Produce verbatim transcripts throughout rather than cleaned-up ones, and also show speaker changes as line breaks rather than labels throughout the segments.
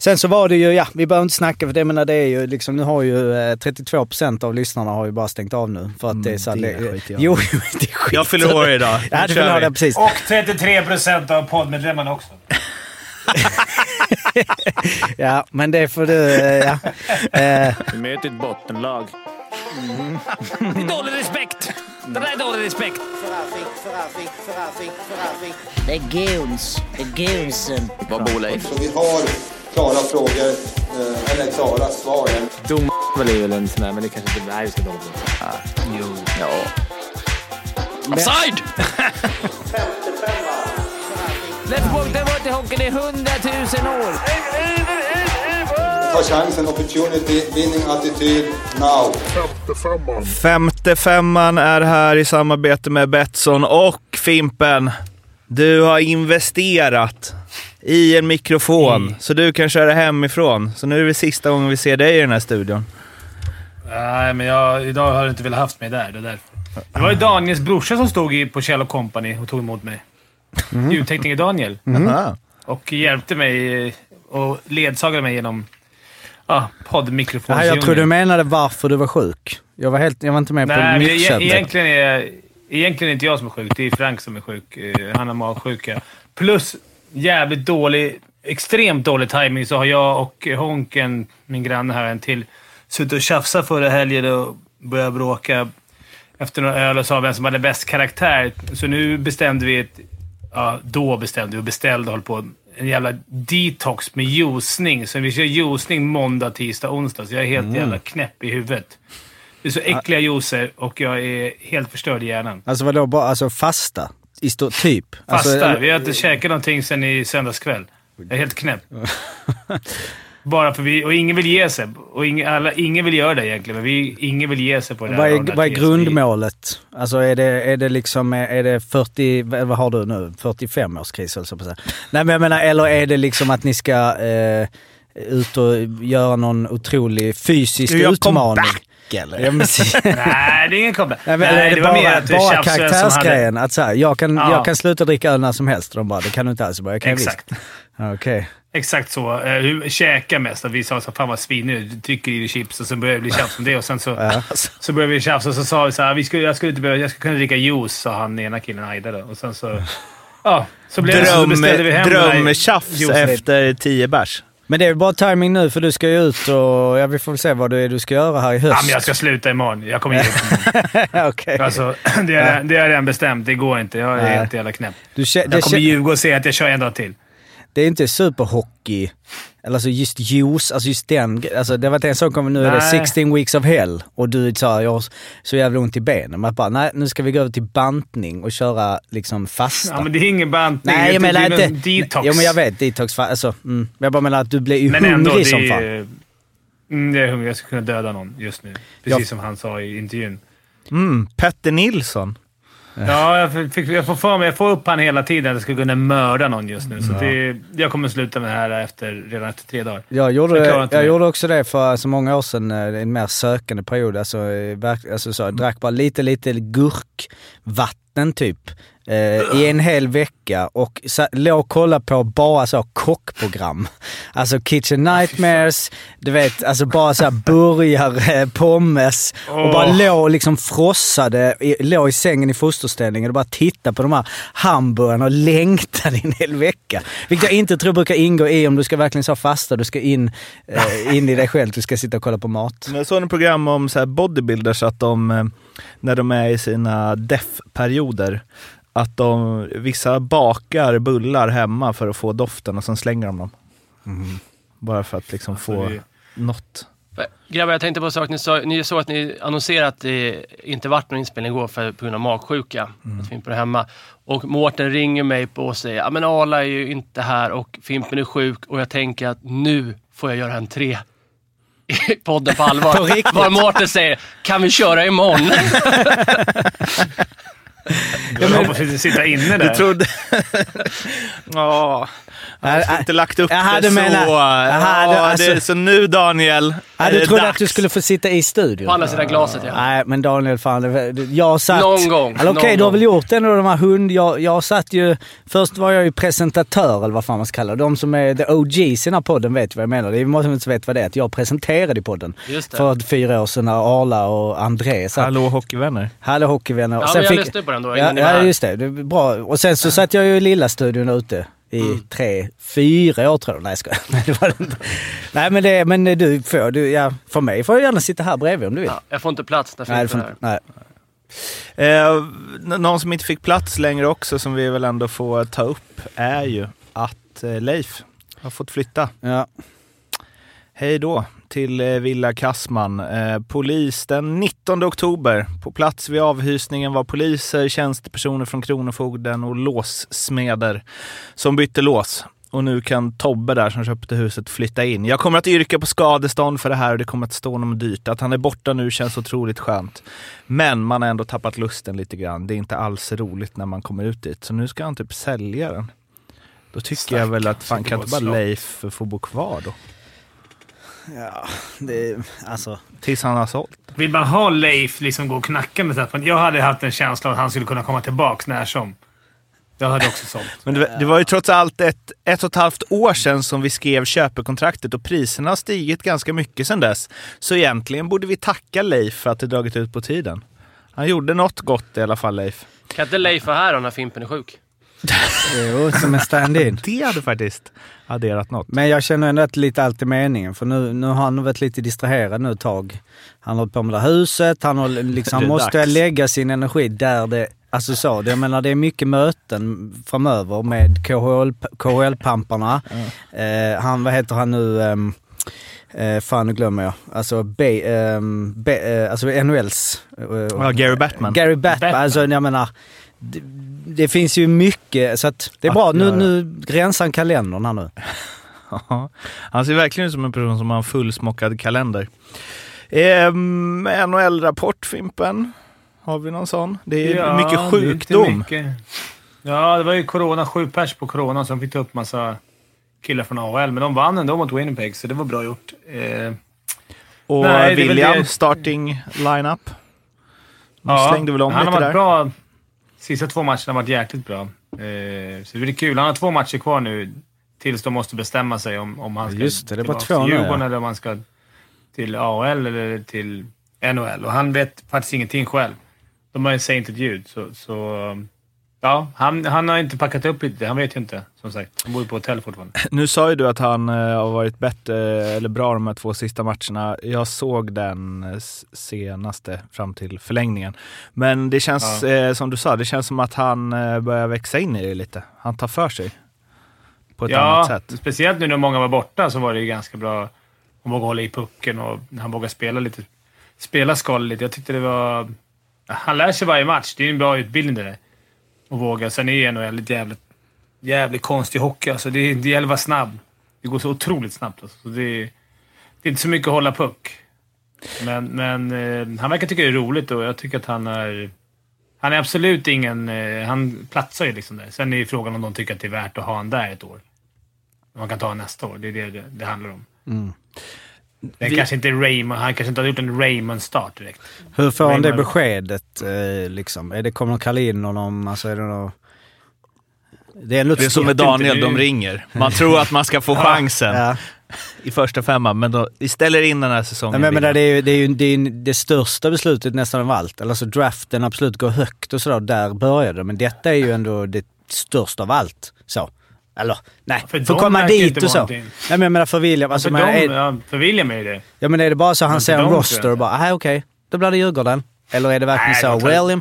Sen så var det ju, ja, vi behöver inte snacka för det, men det är ju liksom, nu har ju eh, trettiotvå procent av lyssnarna har ju bara stängt av nu för att mm, det är så
det
är
skit, ja.
Jo, det är skit.
Jag fyller år idag.
Ja, du fyller år, precis.
Och trettiotre procent av poddmedlemmarna också.
Ja, men det får du, ja. Eh.
Vi möter ett bottenlag.
Mm. Det är dålig respekt. Det där är dålig respekt.
Det är guns. Det är gunsen.
Vad bor Leif?
Så vi har klara frågor, eh, eller klara svar.
Dom är väl en sån där, men det kanske inte är så dåligt. Ah, jo. Ja. Offside!
Let's go, det var till hockey, det är hundratusen år.
Ta chansen, opportunity, winning attityd, now.
Femte femman är här i samarbete med Betsson och Fimpen. Du har investerat i en mikrofon mm. så du kan köra hemifrån. Så nu är det sista gången vi ser dig i den här studion.
Nej, men jag, idag har du inte velat haft mig där. Det, där. det var ju Daniels brorsa som stod i, på Kjell och Company och tog emot mig. Mm. Ljudtekniker Daniel. Mm. Och hjälpte mig och ledsagade mig genom ja, poddmikrofon.
Jag tror du menade varför du var sjuk. Jag var, helt, jag var inte med
Nej,
på mixet.
Egentligen är egentligen inte jag som är sjuk. Det är Frank som är sjuk. Han har magsjuka. Plus jävligt dålig, extremt dålig timing så har jag och Honken, min granne här, en till, suttit och tjafsat förra helgen och började bråka efter några öl och sa vem som hade bäst karaktär. Så nu bestämde vi ett, ja, då bestämde vi och beställde och höll på en jävla detox med juicning. Så vi kör juicning måndag, tisdag, onsdag. Så jag är helt mm. jävla knäpp i huvudet. Det är så äckliga juicer och jag är helt förstörd i hjärnan.
Alltså vadå, bara alltså fasta? I stå, typ?
Fasta.
Alltså,
vi har inte käkat någonting sen i söndagskväll. Jag är helt knäpp. Bara för vi... Och ingen vill ge sig. Och ingen, alla, ingen vill göra det egentligen. Men vi, ingen vill ge sig på det
vad
här.
Är, vad är grundmålet? Alltså är det, är det liksom... Är det fyrtio... Vad har du nu? fyrtiofem års kris eller så på så. Nej men jag menar, eller är det liksom att ni ska eh, ut och göra någon otrolig fysisk utmaning? Eller? Ja, men,
nej, det är ingen koppling.
Nej,
nej,
det,
det
var
var
bara,
mer att
bara karaktärsgrejen. Att så här, jag, kan,
ja.
jag kan sluta dricka öl när som helst. De bara, det kan du inte alls. Jag kan
Exakt.
Okay.
Exakt så. Uh, käka mest. Vi sa så fan vad svin nu. Du trycker i dig chips och så börjar det bli tjafs om det. Och sen så, ja. så började vi tjafs och så sa vi så här, vi skulle, jag skulle inte behöva, jag skulle kunna dricka juice, sa han ena killen Aida då. Och sen så, ja, så blev det, så beställde vi hem
drömtjafs efter tio bärs.
Men det är bara timing nu för du ska ju ut och ja, vi får väl se vad du, är du ska göra här i höst.
Ja, men jag ska sluta imorgon. Jag kommer ge
okay.
Alltså, det är, det är redan bestämt. Det går inte. Jag är Nej. helt jävla knäpp. Du, jag kommer kä- ljuga och säga att jag kör en dag till.
Det är inte superhockey. Eller alltså just juice, alltså just den. Alltså det var det en sån kommer nu nej. Är det sexton weeks of hell. Och du sa jag har så jävla ont i benen. Man bara, nej nu ska vi gå över till bantning och köra liksom fasta.
Ja men det är ingen bantning.
Nej jag menar inte.
Detox.
Jo men jag vet, detox. Alltså, mm. Jag bara menar att du blir ju men hungrig ändå, som fan.
Mm, det är hungrig. Jag ska kunna döda någon just nu. Precis ja. som han sa i intervjun.
Mm, Petter Nilsson.
Ja, jag, fick, jag får för mig, jag får upp han hela tiden att jag ska kunna mörda någon just nu. Så ja. det, jag kommer sluta med det här efter, redan efter tre dagar.
Jag gjorde, jag jag gjorde också det för så många år sedan, en mer sökande period. Alltså, alltså så, jag drack bara lite, lite gurkvatten typ. Eh, i en hel vecka och så, låg och kolla på bara så kockprogram. Alltså Kitchen Nightmares, du vet, alltså bara så här burgare, pommes och oh. bara låg och liksom frossade, låg i sängen i fosterställningen och bara tittade på de här hamburgarna och längtade en hel vecka. Vilket jag inte tror brukar ingå i om du ska verkligen så fasta, du ska in, eh, in i dig själv, du ska sitta och kolla på mat.
Jag såg en program om så här bodybuilders att de, när de är i sina def-perioder, att de, vissa bakar bullar hemma för att få doften och sen slänger de dem. Mm. Bara för att liksom få det... något.
Grabbar, jag tänkte på en sak. Ni sa, ni sa att ni annonserade att det inte varit någon inspelning igår för, på grund av magsjuka. Mm. Att Fimpen är hemma. Och Mårten ringer mig på och säger ja men Arla är ju inte här och Fimpen är sjuk. Och jag tänker att nu får jag göra en tre i podden på allvar. På riktigt. Var Mårten säger, kan vi köra imorgon?
Jag hoppas inte sitta inne där.
Du trodde... Ja, jag har inte lagt upp
jag
det så.
Menar,
ja,
hade, alltså...
det, så nu Daniel,
Ja, du trodde att du skulle få sitta i studion.
På andra sidan glaset, ja.
Nej, men Daniel, fan. Det, jag satt...
Någon gång.
Alltså, okej, okay, du har väl gjort det ändå, de här hund... Jag, jag satt ju... Först var jag ju presentatör, eller vad fan man ska kalla det. De som är the O Gs i den här podden vet vad jag menar. Det är många som inte vet vad det är. Att jag presenterade i podden. Just det. För fyra år sedan när Arla och André satt.
Hallå hockeyvänner.
Hallå hockeyvänner.
Ja,
sen
men jag
fick...
lyssnade på den då.
Ja, ja, just det. Det är bra. Och sen så satt jag ju i lilla studion ute. I mm. tre, fyra år tror jag. Nej, jag skojar. Nej, det var det inte. Nej, men, det, men du får, du, ja, för mig får du gärna sitta här bredvid om du vill. Ja,
jag får inte plats där.
Nej, får inte, nej.
Eh, någon som inte fick plats längre också, som vi väl ändå får ta upp, är ju att eh, Leif har fått flytta.
Ja.
Hej då till eh, Villa Kassman. Eh, polis den nittonde oktober. På plats vid avhysningen var poliser, tjänstepersoner från Kronofogden och låssmeder som bytte lås. Och nu kan Tobbe där som köpte huset flytta in. Jag kommer att yrka på skadestånd för det här och det kommer att stå honom dyrt. Att han är borta nu känns otroligt skönt. Men man har ändå tappat lusten lite grann. Det är inte alls roligt när man kommer ut dit. Så nu ska han typ sälja den. Då tycker Stack. jag väl att fan kan inte bara Leif få bo kvar då.
Ja, det är alltså...
Tills han har sålt.
Vill man ha Leif liksom gå och knacka med det? Jag hade haft en känsla att han skulle kunna komma tillbaka när som. Jag hade också sålt.
Men det, det var ju trots allt ett, ett och ett halvt år sedan som vi skrev köpekontraktet och priserna har stigit ganska mycket sedan dess. Så egentligen borde vi tacka Leif för att det dragit ut på tiden. Han gjorde något gott i alla fall, Leif.
Kan inte Leif vara här då när Fimpen är sjuk?
Jo, som en stand-in.
Det hade faktiskt adderat något.
Men jag känner ändå att lite allt är meningen. För nu, nu har han varit lite distraherad nu ett tag. Han har på med det huset. Han har liksom, han måste dags. lägga sin energi där det... Alltså så, det, jag menar det är mycket möten framöver med K H L-pamparna. Mm. Eh, han, vad heter han nu? Um, eh, fan, nu glömmer jag. Alltså, B, um, B, uh, alltså N H L's... Uh,
ja, Gary Batman.
Gary Batman, Batman. Alltså jag menar... Det, det finns ju mycket, så att det är bra. Nu, nu gränsar han kalendern här nu.
Han ser verkligen ut som en person som har en fullsmockad kalender. Ehm, N H L-rapport, Fimpen. Har vi någon sån? Det är ja, mycket sjukdom. Det är mycket.
Ja, det var ju corona, sju pers på corona som fick ta upp massa killar från A H L. Men de vann ändå mot Winnipeg, så det var bra gjort. Eh,
och nej, William, det... starting lineup.
Ja,
slängde väl om
han
lite
har varit
där.
Bra. Sista två matcherna har varit jäkligt bra. Eh, så det blir kul. Han har två matcher kvar nu tills de måste bestämma sig om, om han ska
Just det, det är bara
till
två
Djurgården
nu, ja.
eller om han ska till A H L eller till N H L. Och han vet faktiskt ingenting själv. De har ju säger inte ett ljud. Så, så ja, han, han har inte packat upp lite. Han vet ju inte, som sagt. Han bor ju på hotell fortfarande.
Nu sa ju du att han uh, har varit bättre eller bra de här två sista matcherna. Jag såg den uh, senaste fram till förlängningen. Men det känns, ja. uh, som du sa, det känns som att han uh, börjar växa in i det lite. Han tar för sig på ett
ja,
annat sätt.
Speciellt nu när många var borta så var det ju ganska bra. Han vågade hålla i pucken och han vågade spela lite. Spela skala lite. Jag tyckte det var... Han lär sig varje match. Det är ju en bra utbildning det där. Och våga. Sen är det ändå jävligt, jävligt, jävligt konstig hockey. Alltså det, det gäller att vara snabb. Det går så otroligt snabbt. Alltså. Så det, det är inte så mycket att hålla puck. Men, men eh, han verkar tycka det är roligt och jag tycker att han är... Han är absolut ingen... Eh, han platsar ju liksom där. Sen är ju frågan om de tycker att det är värt att ha han där ett år. Man kan ta han nästa år. Det är det det, det handlar om.
Mm.
Det Vi... kanske inte är Raymond. Han kanske inte har gjort en Raymond-start direkt.
Hur får
Raymond...
han det beskedet? Eh, liksom? Är det, kommer de kalla in honom? Alltså, är det något...
Det är, det är som med Daniel, de ringer. Man tror att man ska få chansen ja. i första femman, men då, vi ställer in den här säsongen.
Nej, men, men det är ju det, är ju, det, är det största beslutet nästan av allt. Alltså draften absolut går högt och sådär, där började det. Men detta är ju ändå det största av allt. Så. Eller, nej, ja, för, för komma dit och så. Nej, men jag menar för William. Alltså,
för,
men,
de,
är,
ja, för William är det.
Ja, men är det bara så han ser en roster och bara, nej okej, okay, då blir det Djurgården. Eller är det verkligen nej, så, William?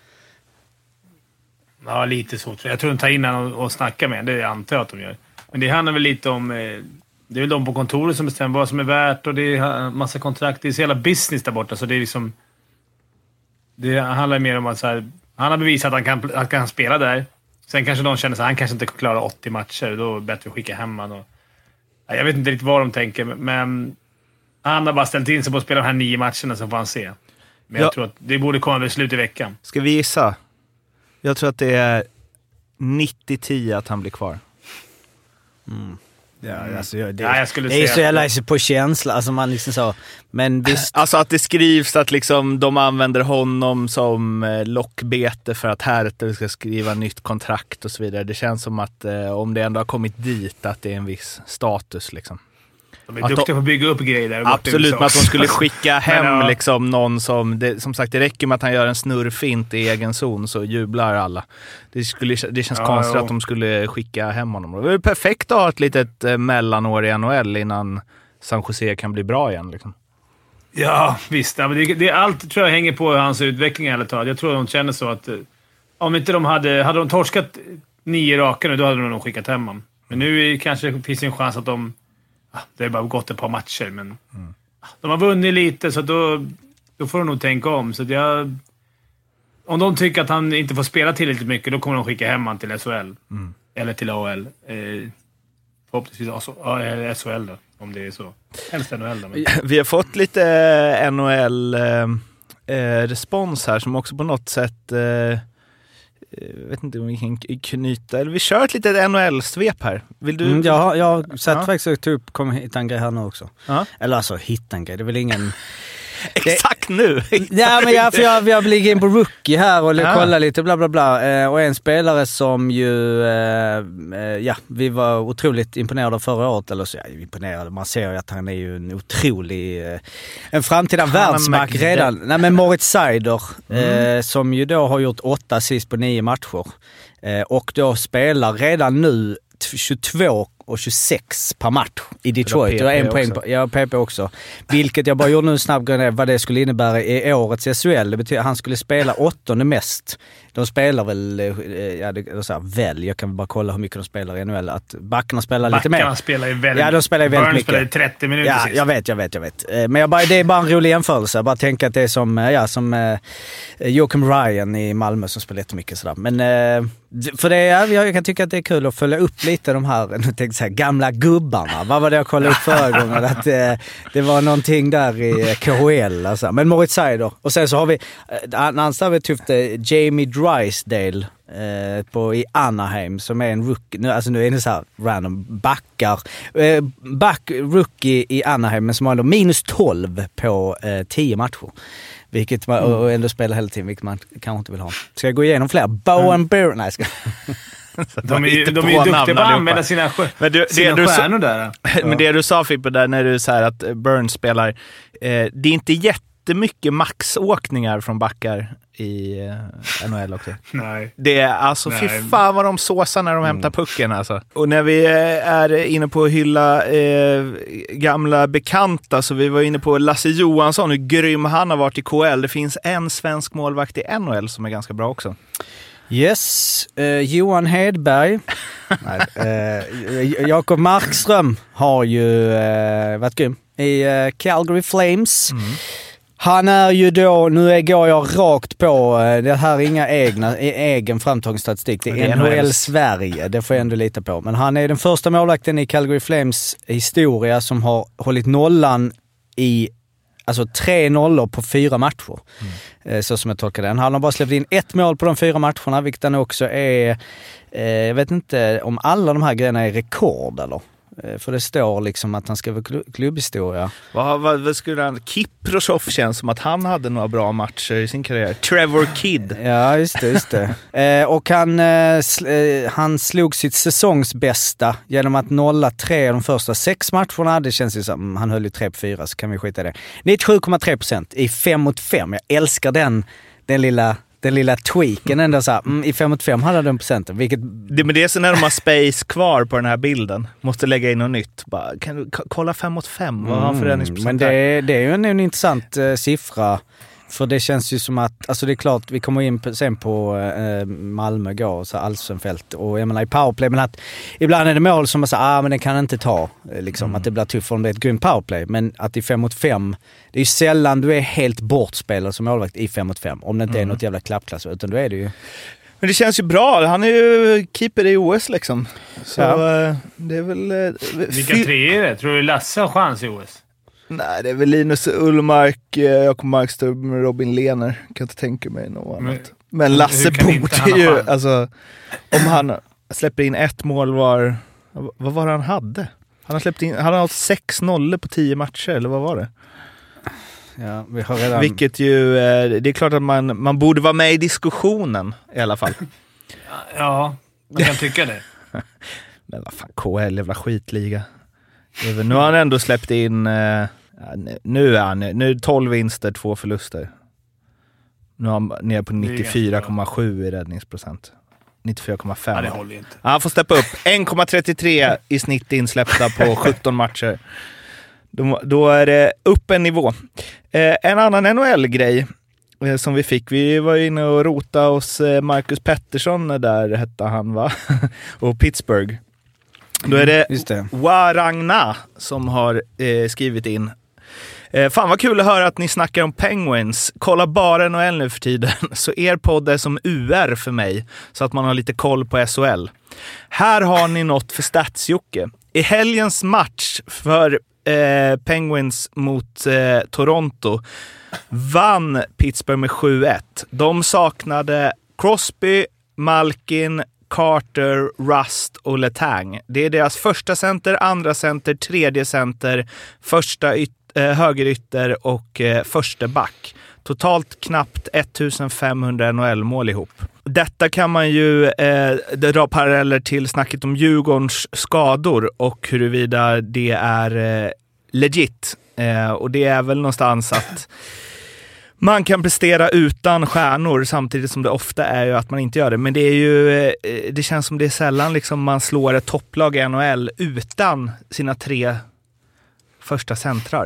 Ja, lite så. Jag tror de tar in honom och, och snackar med. Det antar jag att de gör. Men det handlar väl lite om... Eh, det är väl de på kontoret som bestämmer vad som är värt och det är massa kontrakt. Det är så jävla business där borta, så det är liksom... Det handlar mer om att så här, han har bevisat att han kan, att han kan spela där. Sen kanske de känner att han kanske inte klarar åttio matcher. Då är det bättre att skicka hem han. Och, jag vet inte riktigt vad de tänker, men han har bara ställt in sig på att spela de här nio matcherna, så får han se. Men jag ja. tror att det borde komma vid slut i veckan.
Ska vi gissa? Jag tror att det är nittio tio att han blir kvar.
Mm. Ja, alltså, jag, det,
ja, jag skulle
det är
säga
så jävla på känsla, alltså man liksom så, men visst.
Alltså att det skrivs att liksom de använder honom som eh, lockbete för att Hertha ska skriva nytt kontrakt och så vidare. Det känns som att eh, om det ändå har kommit dit att det är en viss status liksom.
De är duktiga på att bygga upp grejer där.
Absolut, men att de skulle skicka hem
men, ja.
liksom någon som, det, som sagt det räcker med att han gör en snurrfint i egen zon så jublar alla. Det, skulle, det känns
ja,
konstigt
jo.
att de skulle skicka hem honom. Det är perfekt att ha ett litet eh, mellanår i N H L innan San Jose kan bli bra igen liksom.
Ja, visst. Ja, men det, det, allt tror jag hänger på hans utveckling eller taget. Jag tror de känner så att eh, om inte de hade, hade de torskat nio raka nu, då hade de nog skickat hem honom. Men nu är, kanske finns det en chans att de det har bara gått ett par matcher, men mm. de har vunnit lite, så då, då får de nog tänka om. Så jag, om de tycker att han inte får spela tillräckligt mycket, då kommer de skicka hem han till S H L. Mm. Eller till A H L. Eh, förhoppningsvis alltså, ja, S H L då, om det är så. Helst N H L då. Men.
Vi har fått lite N H L-respons här som också på något sätt... Eh, jag vet inte om vi kan knyta, eller vi kör ett litet N H L-svep här. Vill du?
Mm, jag har, jag har sett
ja.
faktiskt att upp kommer hitta en grej här nu också. Ja. Eller alltså hitta en grej, det är väl ingen...
Exakt nu!
Ja, men jag, för jag, jag blir in på rookie här och ja. kollar lite bla bla bla. Eh, och en spelare som ju, eh, ja, vi var otroligt imponerade förra året. Eller så, ja, imponerade. Man ser ju att han är ju en otrolig, eh, en framtida världsmark redan. Nej, men Moritz Seider, mm. eh, som ju då har gjort åtta assist på nio matcher. Eh, och då spelar redan nu tjugotvå och tjugosex per match i Detroit. Och en poäng på, ja, P P också. Vilket jag bara gjorde nu en snabb grej vad det skulle innebära i årets S H L. Det betyder att han skulle spela åttonde mest. De spelar väl, ja, det är så här, väl, jag kan bara kolla hur mycket de spelar i N H L. Att backarna spelar lite mer.
Backarna spelar ju väldigt,
ja, de spelar ju väldigt
Burns
mycket.
spelar i trettio minuter
ja,
sist.
jag vet, jag vet, jag vet. Men jag bara, det är bara en rolig jämförelse. Jag bara tänker att det är som, ja, som eh, Joakim Ryan i Malmö som spelar jättemycket sådär. Men eh, för det, ja, jag kan tycka att det är kul att följa upp lite de här, jag tänkte säga, gamla gubbarna. Vad var det jag kollade upp förra gången? Att eh, det var någonting där i K H L. Alltså. Men Moritz Seider. Och sen så har vi, annars har vi tufft Jamie Drysdale eh, på, i Anaheim som är en rookie. Nu, alltså nu är det så här random backar. Eh, back rookie i Anaheim men som har ändå minus tolv på eh, tio matcher. Vilket man, och ändå spelar hela tiden, vilket man kanske inte vill ha. Ska jag gå igenom fler? Bowen mm. Bear... Nej, ska...
De är ju de är duktiga på att använda sina, sjö, men du, sina det stjärnor
du,
där.
Men ja. Det du sa, Fippo, där när du säger att Burns spelar, eh, det är inte jättemycket maxåkningar från backar i eh, N H L också.
Nej.
Det är alltså, Nej. fy fan vad de såsar när de mm. hämtar pucken alltså. Och när vi är inne på att hylla eh, gamla bekanta, så vi var inne på Lasse Johansson, hur grym han har varit i K H L. Det finns en svensk målvakt i N H L som är ganska bra också.
Yes, eh, Johan Hedberg. Nej, eh, Jakob Markström har ju eh, varit grym i eh, Calgary Flames. Mm. Han är ju då, nu går jag rakt på, det här är inga egna, egen framtagningsstatistik, det är N H L Sverige, det får jag ändå lita på. Men han är den första målvakten i Calgary Flames historia som har hållit nollan i alltså tre nollor på fyra matcher. Mm. Så som jag tolkar den. Han har bara släppt in ett mål på de fyra matcherna, vilket han också är, eh, jag vet inte om alla de här grejerna är rekord eller? För det står liksom att han ska vara klubbhistoria.
Vad, vad, vad skulle han... Kiprosov känns som att han hade några bra matcher i sin karriär. Trevor Kidd.
Ja, just det, just det. eh, och han, eh, sl, eh, han slog sitt säsongsbästa genom att nolla tre av de första sex matcherna. Det känns ju som, han höll ju tre på fyra, så kan vi skita i det. nittiosju komma tre procent i fem mot fem. Jag älskar den, den lilla... Den lilla tweaken ändå så här, mm, i fem mot fem hade den procenten. Vilket...
Det, men det är så när de har space kvar på den här bilden. Måste lägga in något nytt. Bara, kan du k- kolla fem mot fem? Vad har han förändringsprocent?
Men det, det är ju en, en intressant uh, siffra. För det känns ju som att, alltså det är klart, vi kommer in på, sen på eh, Malmö går, så Alsenfelt och jag menar i powerplay, men att ibland är det mål som man säger, ah men den kan inte ta, liksom, mm. att det blir tufft om det är ett grym powerplay, men att i fem mot fem, det är ju sällan du är helt bortspelad som målvakt i fem mot fem, om det inte mm. är något jävla klappklass, utan då är det ju...
Men det känns ju bra, han är ju keeper i O S liksom. Så ja. det är väl...
Vilka fy- tre är det? Tror du Lasse har chans i O S?
Nej, det är väl Linus Ullmark, Jakob Markström, Robin Lehner. Kan inte tänka mig något
men,
annat. Men Lasse borde ju, alltså, om han släpper in ett mål var, vad var det han hade? Han har släppt in, han har haft sex nollor på tio matcher, eller vad var det?
Ja, vi har redan...
Vilket ju, det är klart att man, man borde vara med i diskussionen i alla fall.
Ja, man kan tycka det.
Men vad fan, K H L, jävla skitliga. Nu har han ändå släppt in, nu är han, nu är det tolv vinster, två förluster. Nu är han nere på nittiofyra komma sju i räddningsprocent. nittiofyra komma fem.
Ja, det håller inte.
Han får steppa upp. en komma trettiotre i snitt insläppta på sjutton matcher. Då, då är det upp en nivå. Eh, en annan N H L-grej eh, som vi fick. Vi var inne och rota hos eh, Marcus Pettersson, där hette han va? och Pittsburgh. Då är det,
Just det.
Warangna som har eh, skrivit in. Eh, fan vad kul att höra att ni snackar om Penguins. Kolla bara N H L nu för tiden. Så er podd är som U R för mig. Så att man har lite koll på S H L. Här har ni något för Statsjocke. I helgens match för eh, Penguins mot eh, Toronto vann Pittsburgh med sju ett. De saknade Crosby, Malkin, Carter, Rust och Letang. Det är deras första center, andra center, tredje center, första yt- eh, högerytter och eh, första back. Totalt knappt femtonhundra N H L-mål ihop. Detta kan man ju eh, dra paralleller till snacket om Djurgårdens skador och huruvida det är eh, legit. Eh, och det är väl någonstans att man kan prestera utan stjärnor samtidigt som det ofta är ju att man inte gör det. Men det är ju, det känns som det är sällan liksom man slår ett topplag i N H L utan sina tre första centrar.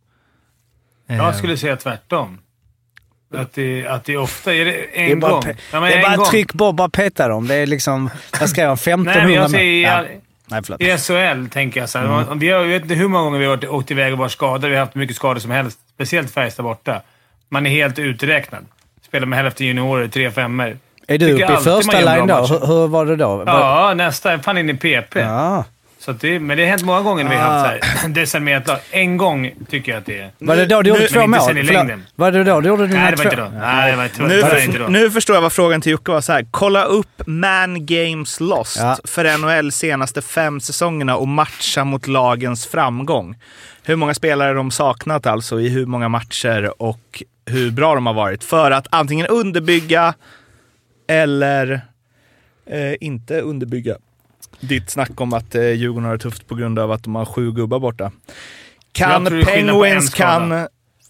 Jag skulle säga tvärtom. Att det, att det ofta är det en
Det är bara,
gång.
pe-
Ja, men
det är
en
bara
gång.
tryck på, bara peta dem. Det är liksom, vad ska jag, femtonhundra...
Nej, men jag säger...
ja.
Jag,
Nej, förlåt.
I S H L tänker jag så här. Mm. Vi har, jag vet inte hur många gånger vi har varit, åkt iväg och varit skadade. Vi har haft mycket skador som helst. Speciellt Färjestad borta. Man är helt uträknad. Spelar med hälften juniorer, tre femmer.
Är du uppe i första line då? Hur, hur var det då?
Ja, var... nästa. Fan in i P P.
Ja.
Så att det, men det har hänt många gånger när vi har haft så här decimerat lag. En gång tycker jag att det är.
Var det då du gjorde
nu,
två mål?
Förlåt.
Var det då du gjorde dina
Nej, det var
två?
inte då. Nej, det var inte,
Nu,
det var
för,
inte då.
nu förstår jag vad frågan till Jocke var så här. Kolla upp Man Games Lost
Ja.
för N H L senaste fem säsongerna och matcha mot lagens framgång. Hur många spelare de saknat alltså i hur många matcher och hur bra de har varit för att antingen underbygga eller eh, inte underbygga ditt snack om att eh, Djurgården har det tufft på grund av att de har sju gubbar borta. Kan Penguins, kan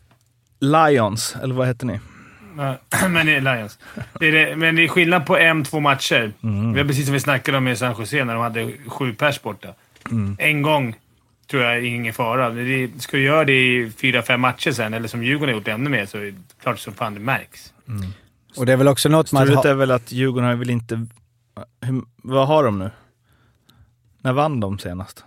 Lions, eller vad heter ni?
Men det är Lions. Det är det, men det är skillnad på en, två matcher. Mm. Det är precis som vi snackade om i San Jose när de hade sju pers borta. Mm. En gång tror jag är ingen fara. Det, ska du göra det i fyra, fem matcher sen, eller som Djurgården har gjort ännu mer, så är det klart som fan det märks.
Mm. Och det är väl också något man...
Strulet är väl att Djurgården har väl inte... Hur, vad har de nu? När vann de senast?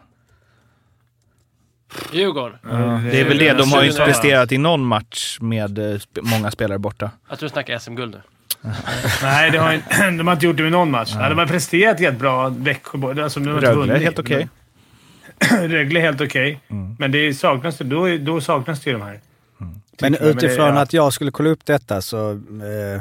Djurgården.
Ja, det är väl det. De har ju inte presterat i någon match med många spelare borta.
Jag tror du snackar S M-guld nu.
Nej, det har inte, de har inte gjort det med någon match. Ja. De har presterat helt bra. Växjö, alltså,
Rögle är helt okej.
Okay. Rögle är helt okej. Okay. Mm. Men det saknas, då, då saknas det ju de här.
Mm. Men utifrån men det, ja. att jag skulle kolla upp detta så... Eh,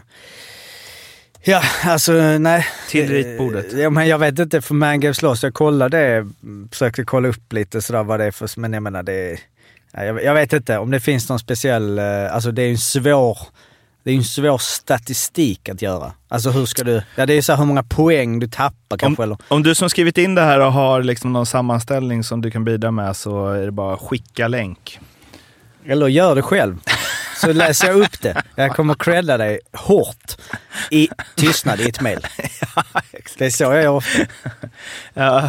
ja, alltså nej.
Till ritbordet.
Ja, men jag vet inte, för Man Games Lost, jag kollade det, försökte kolla upp lite sådär vad det är för, men jag menar det ja, jag, jag vet inte om det finns någon speciell, alltså det är en svår, det är en svår statistik att göra. Alltså hur ska du, ja det är så här hur många poäng du tappar kanske.
Om,
eller?
om du som skrivit in det här och har liksom någon sammanställning som du kan bidra med så är det bara skicka länk.
Eller gör det själv. Så läser jag upp det. Jag kommer credda dig hårt i tystnad i ett mejl. Ja, det är så jag gör ofta.
Ja.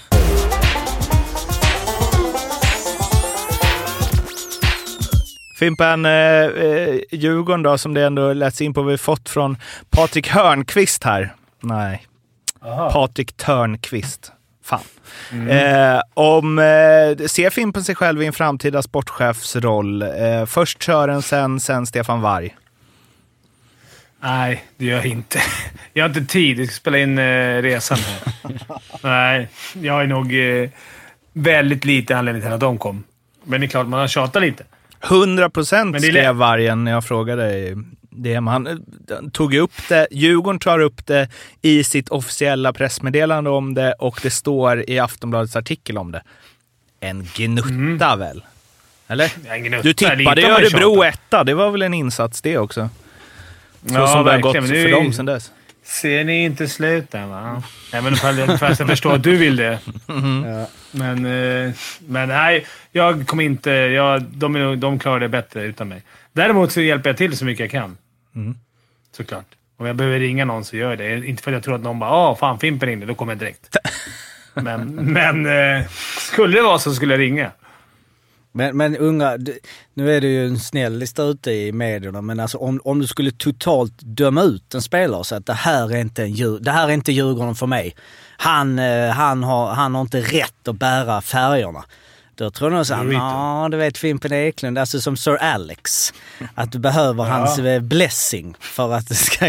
Fimpen, eh, Djurgården då, som det ändå läts in på, vi fått från Patrik Hörnqvist här. Nej. Aha. Patrik Törnqvist. Fan. Mm. Eh, om eh, ser Fimpen sig själv i en framtida sportchefsroll? Eh, först Sören, sen, sen Stefan Varg.
Nej, det gör jag inte. Jag har inte tid. Jag ska spela in eh, resan här. Nej, jag är nog eh, väldigt lite anledning till att de kom. Men det är klart, man har tjatat lite.
hundra procent skrev Vargen när jag frågade det. Han tog upp det. Djurgården tar upp det i sitt officiella pressmeddelande om det och det står i Aftonbladets artikel om det. en gnutta mm. väl? Eller?
Ja, gnutta,
du tippade i Örebro etta, det var väl en insats det också? Så
ja,
som det har gått
för
för dem sen dess.
Ser ni inte slutet, va? Även om jag förstår att du vill det. Mm. Ja. Men, men nej, jag kommer inte... Jag, de, de klarar det bättre utan mig. Däremot så hjälper jag till så mycket jag kan. Mm. Såklart. Om jag behöver ringa någon så gör jag det. Inte för att jag tror att någon bara åh fan, Fimpen ringde, då kommer jag direkt. men men skulle det vara så skulle jag ringa.
Men, men unga, nu är det ju en snäll lista ute i medierna, men alltså om, om du skulle totalt döma ut en spelare så att det här är inte, en, det här är inte Djurgården för mig. Han, han, har, han har inte rätt att bära färgerna. Då tror jag så här, ja du vet Fimpen Eklund, alltså som Sir Alex. Att du behöver ja. hans blessing för att det ska...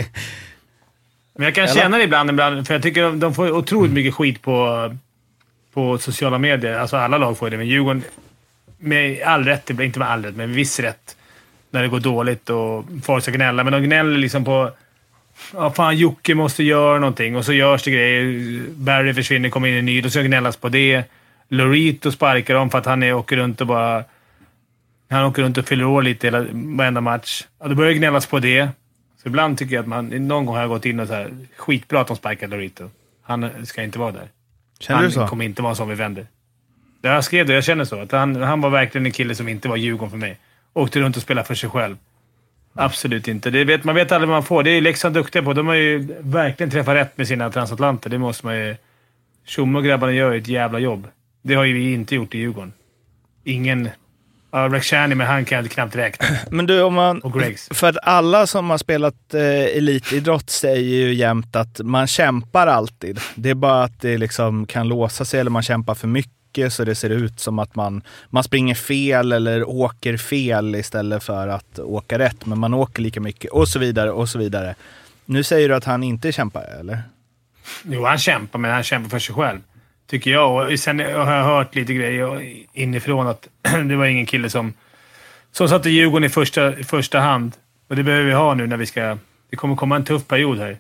Men jag kan Eller? känna det ibland, ibland, för jag tycker de, de får otroligt mycket skit på, på sociala medier. Alltså alla lag får det, men Djurgården med all rätt, inte med all rätt, men med viss rätt. När det går dåligt och folk ska gnälla. Men de gnäller liksom på ja fan, Jocke måste göra någonting. Och så görs det grejer. Barry försvinner, kommer in i ny. Då ska gnällas på det. Lorito sparkar dem för att han är, åker runt och bara... Han åker runt och fyller år lite hela, varenda match. Ja, då börjar det gnällas på det. Så ibland tycker jag att man... Någon gång har jag gått in och så här... Skitbra att de sparkar Lorito. Han ska inte vara där.
Känner
han
du så?
kommer inte vara som vi vänder. Jag skrev det, jag känner så. Att han, han var verkligen en kille som inte var Djurgården för mig. Åkte runt och spelade för sig själv. Absolut inte. Det vet, man vet aldrig vad man får. Det är Leksand duktiga på. De har ju verkligen träffat rätt med sina transatlanter. Det måste man ju... Tjomme och grabbarna gör ett jävla jobb. Det har ju vi inte gjort i Djurgården. Ingen... Ja, Rexhani, men han kan jag knappt räkna.
Men du, om man... För att alla som har spelat eh, elitidrott säger ju jämt att man kämpar alltid. Det är bara att det liksom kan låsa sig eller man kämpar för mycket så det ser ut som att man, man springer fel eller åker fel istället för att åka rätt. Men man åker lika mycket och så vidare och så vidare. Nu säger du att han inte kämpar, eller?
Jo, han kämpar, men han kämpar för sig själv. Tycker jag. Och sen har jag hört lite grejer inifrån att det var ingen kille som som satte Djurgården i första, första hand. Och det behöver vi ha nu när vi ska... Det kommer komma en tuff period här.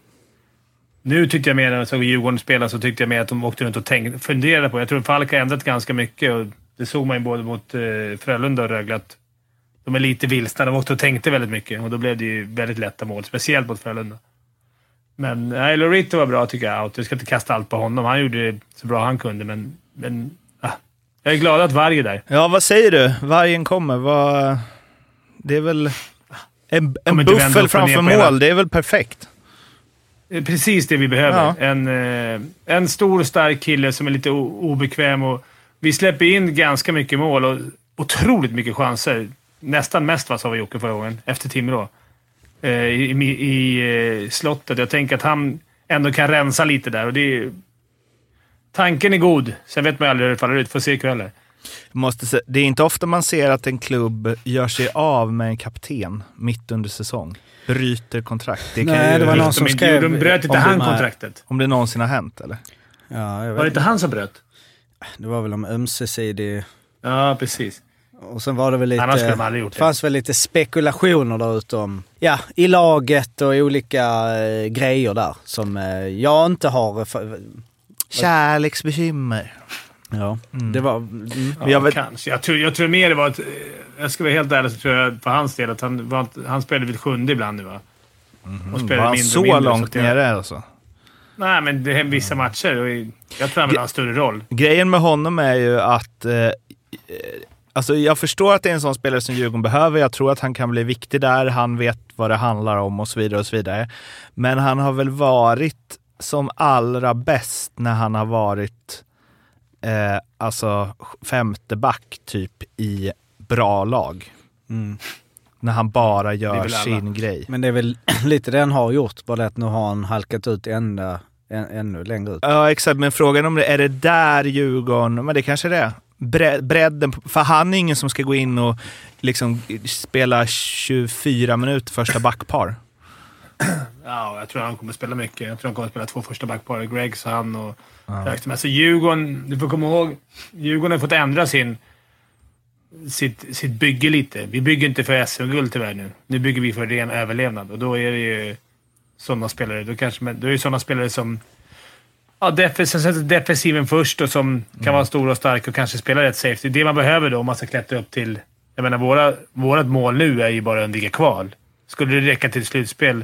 Nu tyckte jag mer när jag såg Djurgården spela så tyckte jag mer att de åkte runt och tänkte, funderade på. Jag tror att Falk har ändrat ganska mycket och det såg man ju både mot eh, Frölunda och Rögle att de är lite vilsna. De åkte och tänkte väldigt mycket och då blev det ju väldigt lätta mål. Speciellt mot Frölunda. Men nej, Lorito var bra tycker jag. Jag ska inte kasta allt på honom. Han gjorde det så bra han kunde, men... men ah, jag är glad att Varg är där.
Ja, vad säger du? Vargen kommer. Vad... Det är väl en, en buffel framför mål. Det är väl perfekt.
Precis det vi behöver. Ja. En, en stor, stark kille som är lite obekväm. Och vi släpper in ganska mycket mål och otroligt mycket chanser. Nästan mest vad sa vi Jocke förra gången. Efter Timrå. I, i, i slottet. Jag tänker att han ändå kan rensa lite där. Och det är, tanken är god. Sen vet man aldrig hur det faller ut. Får se ikväll.
Måste se, det är inte ofta man ser att en klubb gör sig av med en kapten mitt under säsong. Bryter kontrakt. Det kan
Nej,
ju,
det var någon som skrev...
De bröt inte han kontraktet.
Om det någonsin har hänt, eller?
Ja, jag vet
var det inte han som bröt?
Det var väl om ömsesidig...
Ja, precis.
Och sen var det väl lite...
Annars skulle man aldrig gjort det.
fanns väl lite spekulationer där ute om... Ja, i laget och olika eh, grejer där som eh, jag inte har... För,
Kärleksbekymmer.
Ja, mm. det var... Mm.
Ja, jag vet, kanske. Jag tror, jag tror mer det var att... Jag ska vara helt ärlig så tror jag för hans del att han, var, han spelade vid sjunde ibland nu, va?
Mm. Och spelade var han så mindre, långt så ner jag, alltså?
Nej, men det är vissa matcher och jag tror han vill ha en större roll.
Grejen med honom är ju att... Eh, alltså jag förstår att det är en sån spelare som Djurgården behöver. Jag tror att han kan bli viktig där. Han vet vad det handlar om och så vidare och så vidare. Men han har väl varit som allra bäst när han har varit... Eh, alltså femte back typ i bra lag. Mm. När han bara gör sin grej.
Men det är väl lite det han har gjort. Bara att nu har han halkat ut ända, än, ännu längre ut.
Ja, exakt. Men frågan om det är det där Djurgården... Men det kanske det är. Bre- bredden. För han är ingen som ska gå in och liksom spela tjugofyra minuter första backpar.
Ja, jag tror han kommer spela mycket. Jag tror han kommer spela två första backpar. Gregs han och... Ja. Alltså Djurgården, du får komma ihåg, Djurgården har fått ändra sin sitt, sitt bygge lite. Vi bygger inte för S M-guld tyvärr nu. Nu bygger vi för ren överlevnad och då är det ju sådana spelare, då kanske då är det sådana spelare som Ja, defensiven, defensiven först och som kan mm. vara stor och stark och kanske spela rätt safe. Det är det man behöver då om man ska klättra upp till... Jag menar, våra, vårat mål nu är ju bara att undvika kval. Skulle det räcka till slutspel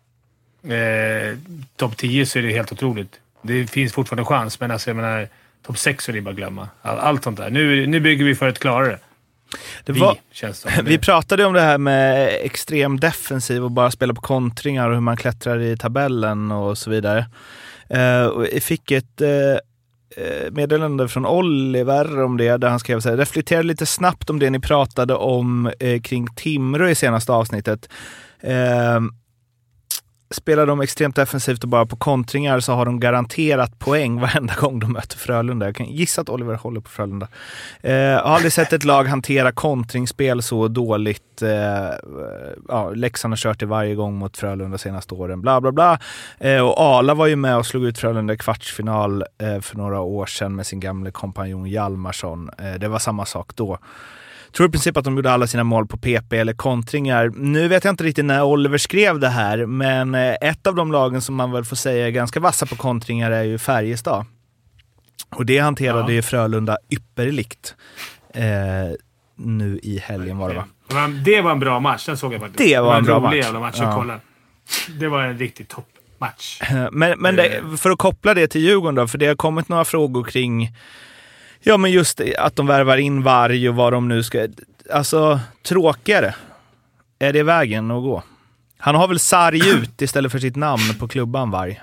eh, topp tio så är det helt otroligt. Det finns fortfarande chans, men alltså jag menar, topp sex är det bara att glömma. All, allt sånt där. Nu, nu bygger vi för att klara det.
Det var,
vi, känns som.
vi pratade om det här med extrem defensiv och bara spela på kontringar och hur man klättrar i tabellen och så vidare. Uh, och jag fick ett uh, meddelande från Oliver om det, där han skrev så här: reflektera lite snabbt om det ni pratade om uh, kring Timrå i senaste avsnittet. Uh, Spelar de extremt defensivt och bara på kontringar så har de garanterat poäng varenda gång de möter Frölunda. Jag kan gissa att Oliver håller på Frölunda. Eh, jag har aldrig sett ett lag hantera kontringsspel så dåligt. Eh, ja, Leksand har kört det varje gång mot Frölunda senaste åren. Bla bla bla. Eh, och Ala var ju med och slog ut Frölunda i kvartsfinal eh, för några år sedan med sin gamla kompanjon Hjalmarsson. Eh, det var samma sak då. Jag tror i princip att de gjorde alla sina mål på P P eller kontringar. Nu vet jag inte riktigt när Oliver skrev det här, men ett av de lagen som man väl får säga är ganska vassa på kontringar är ju Färjestad. Och det hanterade ja. ju Frölunda ypperligt eh, nu i helgen var det va?
Det var en bra match, den såg jag faktiskt.
Det var, det var en bra match.
Jävla match ja. kolla. Det var en riktigt toppmatch.
Men, men det, för att koppla det till Djurgården då, för det har kommit några frågor kring... Ja, men just att de värvar in Varg och vad de nu ska... Alltså, tråkigare. Är det vägen att gå? Han har väl Sarg ut istället för sitt namn på klubban, Varg?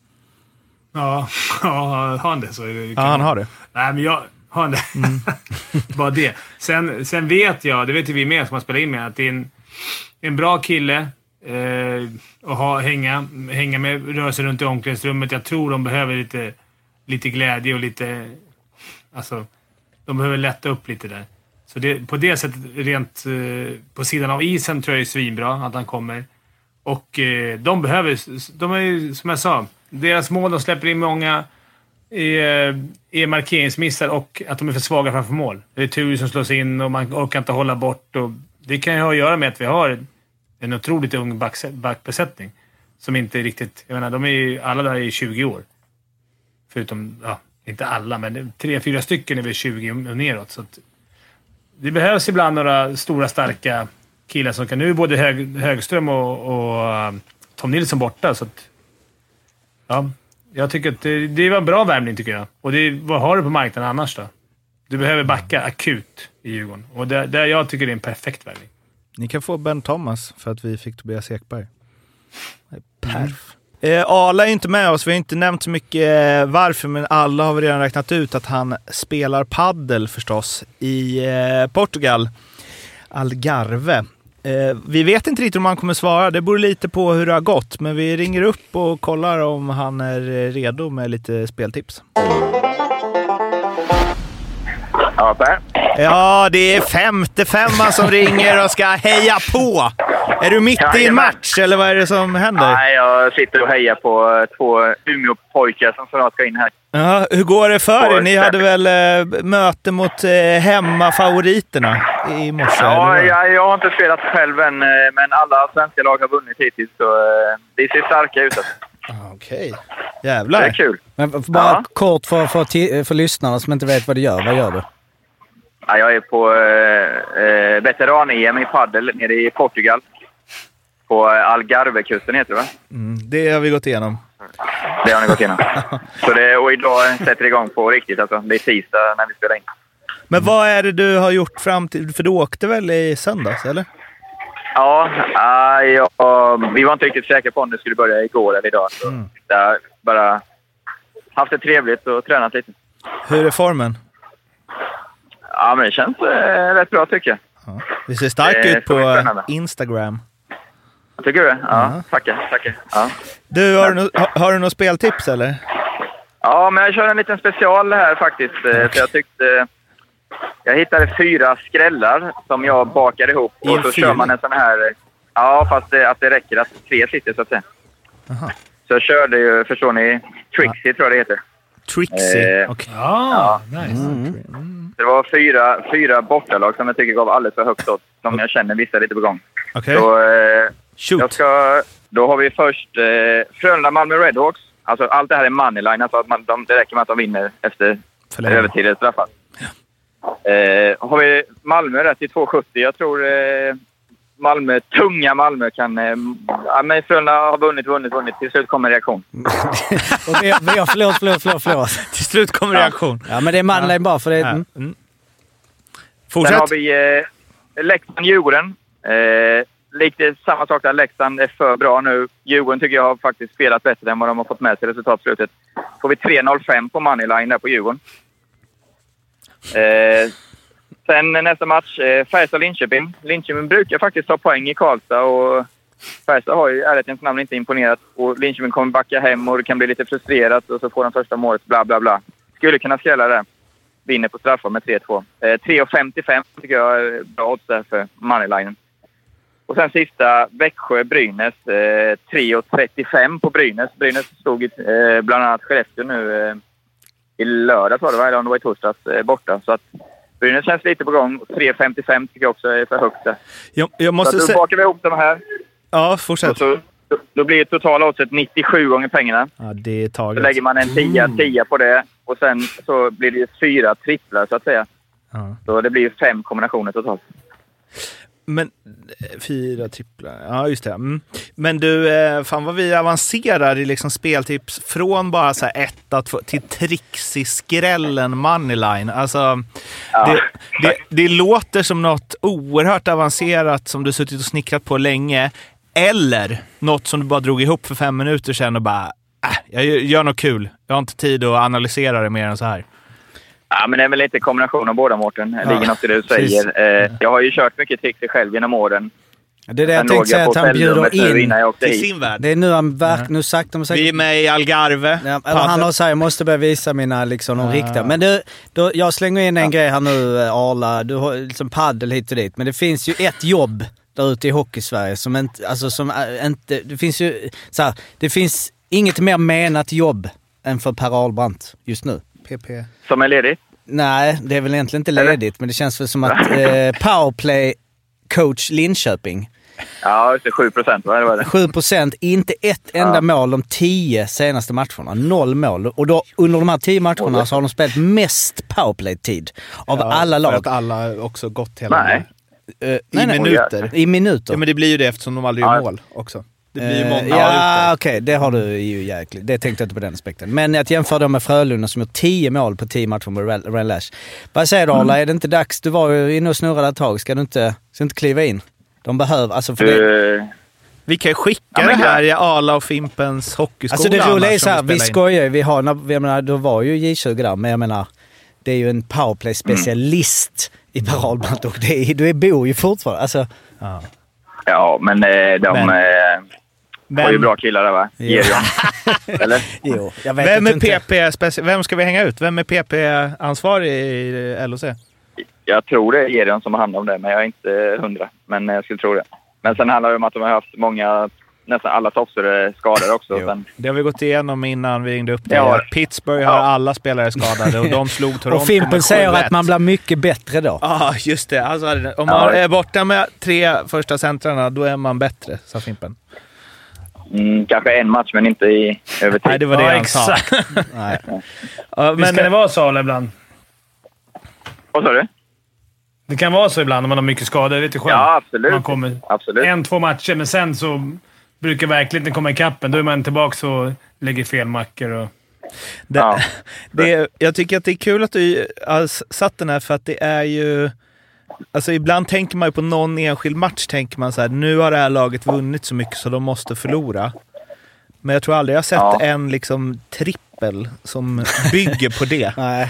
Ja, ja har han det så är det...
Ja, han har det.
Nej, men jag har det. Mm. Bara det. Sen, sen vet jag, det vet ju vi med som har spelat in med, att det är en, en bra kille eh, att ha, hänga, hänga med, röra sig runt i omklädningsrummet. Jag tror de behöver lite, lite glädje och lite... Alltså, de behöver lätta upp lite där. Så det, på det sättet, rent eh, på sidan av isen tror jag är svinbra att han kommer. Och eh, de behöver, de är ju, som jag sa, deras mål, de släpper in många är, är markeringsmissar och att de är för svaga framför mål. Det är tur som slås in och man orkar inte hålla bort. Och det kan ju ha att göra med att vi har en otroligt ung back, backbesättning som inte är riktigt, jag menar, de är ju, alla där är tjugo år. Förutom, ja, inte alla, men tre, fyra stycken är väl tjugo och neråt. Så att det behövs ibland några stora, starka killar som kan... Nu är både Hög, Högström och, och Tom Nilsson borta, så att... Ja, jag tycker att det, det var en bra värvning, tycker jag. Och det, vad har du på marknaden annars då? Du behöver backa akut i Djurgården. Och det, det jag tycker det är en perfekt värvning.
Ni kan få Ben Thomas för att vi fick Tobias Ekberg. Perf. Mm. Eh, Ala är inte med oss, vi har inte nämnt så mycket eh, varför, men alla har redan räknat ut att han spelar paddel förstås i eh, Portugal, Algarve. Eh, vi vet inte riktigt om han kommer svara, det beror lite på hur det har gått, men vi ringer upp och kollar om han är redo med lite speltips.
Ja, Per.
Ja, det är femte femman som ringer och ska heja på. Är du mitt ja, i en match eller vad är det som händer?
Nej, jag sitter och hejar på två Umeå-pojkar som snart ska in här.
Ja, hur går det för er? Ni hade väl äh, möte mot äh, hemmafavoriterna i morse?
Ja, jag, jag har inte spelat själv än, men alla svenska lag har vunnit hittills, så äh, det ser starka ut.
Okej, okay. Jävlar.
Det är kul.
Men bara ja. kort för, för, för lyssnarna som inte vet vad du gör. Vad gör du?
Ja, jag är på äh, veteran-E M i paddel nere i Portugal. På Algarve-kusten heter det, va?
Mm, det har vi gått igenom.
Det har ni gått igenom. Så det, och idag sätter det igång på riktigt. Alltså. Det är tisdag när vi spelar in.
Men vad är det du har gjort fram till... För du åkte väl i söndags, eller?
Ja, äh, ja, vi var inte riktigt säkra på om det skulle börja igår eller idag. Så mm. jag har bara haft det trevligt och tränat lite.
Hur är formen?
Ja, men det känns äh, rätt bra tycker jag.
Ja. Det ser starkt ut på Instagram.
Tycker du? Ja, uh-huh. tackar, tackar. Ja.
Du, har, du no- har, har du något speltips eller?
Ja, men jag kör en liten special här faktiskt. Okay. Så jag tyckte... Jag hittade fyra skrällar som jag bakade ihop. I och så fyra. Kör man en sån här... Ja, fast det, att det räcker att tre sitter så att säga. Uh-huh. Så jag körde ju, förstår ni, Trixie uh. tror jag det heter.
Trixie?
Eh,
okay.
Ja, nice.
Mm. Det var fyra, fyra bortalag som jag tycker gav alldeles för högt åt. Som okay. jag känner vissa lite på gång.
Okay.
Så... Eh, Jag ska, då har vi först eh, Frölunda Malmö Redhawks. Alltså allt det här är moneyline. Alltså att man, de, det räcker med att de vinner efter övertid eller straffat. Ja. Eh, har vi Malmö rätt i två sjuttio. Jag tror eh, Malmö, tunga Malmö kan... Eh, ja, men Frölunda har vunnit, vunnit, vunnit. Till slut kommer reaktion.
Och vi har, vi har förlåt, förlåt, förlåt, förlåt.
Till slut kommer reaktion.
Ja, men det är moneyline ja. bara för det. Mm.
Mm. Fortsätt.
Sen har vi eh, Leksand-Djurgården. Eh, Lite samma sak där. Leksand är för bra nu. Djurgården tycker jag har faktiskt spelat bättre än vad de har fått med sig i resultatslutet. Får vi tre noll fem på moneyline där på Djurgården. Eh, sen nästa match, eh, Färjestad-Linköping. Linköping brukar faktiskt ta poäng i Karlstad och Färjestad har ju ärlighetens namn inte imponerat. Och Linköping kommer backa hem och det kan bli lite frustrerat och så får de första målet, bla bla bla. Skulle kunna skrälla det. Vinner på straffar med tre två. Eh, tre femtiofem tycker jag är bra odds där för moneylinen. Och sen sista, Växjö-Brynäs. Eh, tre trettiofem på Brynäs. Brynäs stod i eh, bland annat Skellefteå nu eh, i lördag, var det, va? Eller om det var i torsdags eh, borta. Så att Brynäs känns lite på gång. tre femtiofem tycker jag också är för högt där.
Jag, jag måste
så att då
se...
bakar vi ihop de här.
Ja, fortsätt.
Och så, då, då blir det totala oddset nittiosju gånger pengarna.
Ja, det är taget.
Så lägger man en tia, tia på det. Och sen så blir det fyra tripplar så att säga.
Ja.
Så det blir fem kombinationer totalt.
Men fyra tripplar, ja just det. Mm. Men du, fan vad vi avancerar i liksom speltips från bara så här etta till tricks i skrällen moneyline. Alltså,
ja.
det, det, det låter som något oerhört avancerat som du suttit och snickrat på länge. Eller något som du bara drog ihop för fem minuter sedan och bara, äh, jag gör något kul. Jag har inte tid att analysera det mer än så här.
Ja, men det är väl lite kombination av båda, Mårten. Det ligger
ja,
något i det du säger. Eh, jag har ju kört mycket tricks själv genom åren.
Det är det jag tänkte säga, att han bjuder in
till sin värld.
Det är nu han verk, ja. nu sagt de sagt.
Vi är med i Algarve.
Ja, eller han har sagt, jag måste börja visa mina liksom, de ja. riktiga. Men du, då, jag slänger in en ja. grej här nu, Arla. Du har liksom paddel hit och dit. Men det finns ju ett jobb där ute i Hockeysverige som inte, alltså som inte, det finns ju så här, det finns inget mer menat jobb än för Per Ahlbrandt just nu.
P P.
Som är ledigt?
Nej, det är väl egentligen inte ledigt, eller? Men det känns väl som att eh, powerplay coach Linköping.
Ja, det är sju procent, vad är det?
sju procent, inte ett enda ja. mål de tio senaste matcherna. Noll mål. Och då, under de här tio matcherna oh, så har de spelat mest powerplay-tid av ja, alla lag.
För att alla också gått hela
nej.
Uh, I nej, minuter.
Nej. I minuter.
Ja, men det blir ju det eftersom de aldrig gör ja. mål också. Det blir ju många.
Ja, okej. Okay, det har du ju jäkligt. Det tänkte jag inte på den aspekten. Men att jämföra dem med Frölunda som gjort tio mål på tio matcher med Ryan Lash. Vad säger du, Arla? Mm. Är det inte dags? Du var ju inne och snurrade ett tag. Ska du inte, ska inte kliva in? De behöver, alltså för det...
Uh, vi kan skicka ja, det här i Arla och Fimpens hockeyskola.
Alltså det roliga är så här, vi skojar vi har, jag menar, då var ju J tjugo där, men jag menar, det är ju en powerplay-specialist mm. i Per Ahlbrandt och det är, du bor ju fortfarande, alltså...
Ja,
ja men de... Men. Eh,
Men...
har ju bra killar där, va? Gerion. Eller?
Jo, jag vet
vem är
inte.
P P speci- Vem ska vi hänga ut? Vem är P P-ansvarig i L O C?
Jag tror det är Gerion som har hand om det, men jag är inte hundra. Men jag skulle tro det. Men sen handlar det om att de har haft många, nästan alla toppstörre skadade också. Sen...
Det har vi gått igenom innan vi ringde upp det.
Ja.
Pittsburgh har ja. alla spelare skadade och de slog Toronto.
Och Fimpen säger att man blir mycket bättre då.
Ja, ah, just det. Alltså, om man ja. är borta med tre första centrarna, då är man bättre, sa Fimpen.
Mm, kanske en match, men inte i över tid.
Nej, det var det
ja,
han
exakt.
sa. Nej.
Ja, men ska det vara så ibland?
Vad sa du?
Det kan vara så ibland om man har mycket skador. Vet du själv?
Ja, absolut.
Man kommer
absolut.
en, två matcher, men sen så brukar verkligen komma i kappen. Då är man tillbaka och lägger fel mackor. Och...
Det, ja. det, jag tycker att det är kul att du har satt den här, för att det är ju... Alltså ibland tänker man ju på någon enskild match, tänker man så här, nu har det här laget vunnit så mycket så de måste förlora. Men jag tror aldrig jag har sett ja. en liksom trippel som bygger på det.
Nej.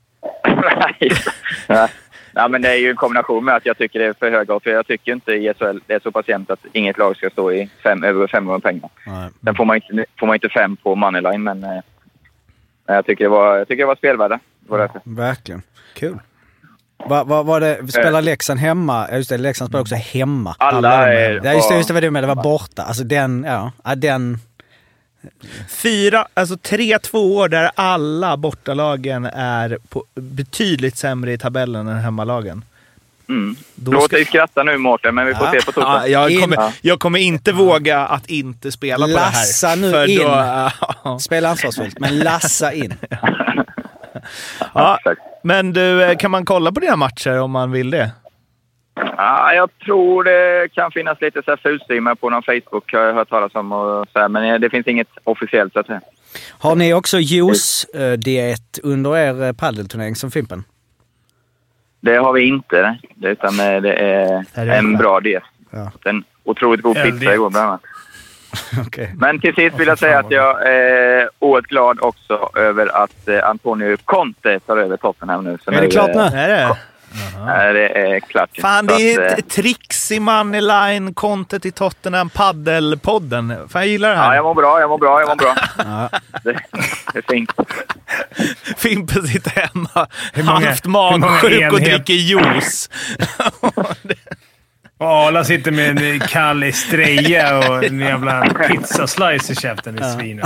Nej. Ja, men det är ju en kombination med att jag tycker det är för höga, för jag tycker inte i S H L det är så pass jämnt att inget lag ska stå i fem, över fem gånger pengar. Nej. Sen får man inte, får man inte fem på moneyline, men eh, jag tycker det var, jag tycker det var spelvärde. Det var därför.
Verkligen.
Kul.
Vad va, var det? Spelar Leksand hemma? Ja, just det, Leksand spelar också hemma.
Alla, Alla är...
Ja, just det, just det, vad du med. Det var borta. Alltså den, ja, den...
Fyra, alltså tre, två år där alla bortalagen är på betydligt sämre i tabellen än hemmalagen.
Mm. Låt dig skratta nu, Mårten, men vi får
ja.
se på torsdag.
Ja, jag, kommer,
ja.
jag kommer inte våga att inte spela på
lassa
det här.
nu
för
in.
Då,
Spela ansvarsfullt, men lassa in.
ja, men du, kan man kolla på dina matcher om man vill det?
Ja, jag tror det kan finnas lite så här fulstreamar på någon Facebook, har jag hört talas om. Och så här, men det finns inget officiellt så att säga.
Har ni också juice-diet under er paddelturnering som Fimpen?
Det har vi inte, utan det är, är det en bra diet.
Ja.
En otroligt god pizza igår bland annat.
Okay.
Men till sist vill jag säga att jag är oerhört glad också över att Antonio Conte tar över toppen här nu. Så
är det
nu,
klart nu?
Är det?
Ja, det är klart.
Fan, det är
att,
ett trix i Moneyline, Conte till Tottenham, paddelpodden. Fan, jag gillar det här.
Ja, jag mår bra, jag mår bra, jag mår bra.
Ja.
Det, det är fint.
Fimpen sitter hemma,
många,
halvt magsjuk och dricker juice.
Och Arla sitter med en kall Estrella och en jävla pizzaslice i käften i svinet.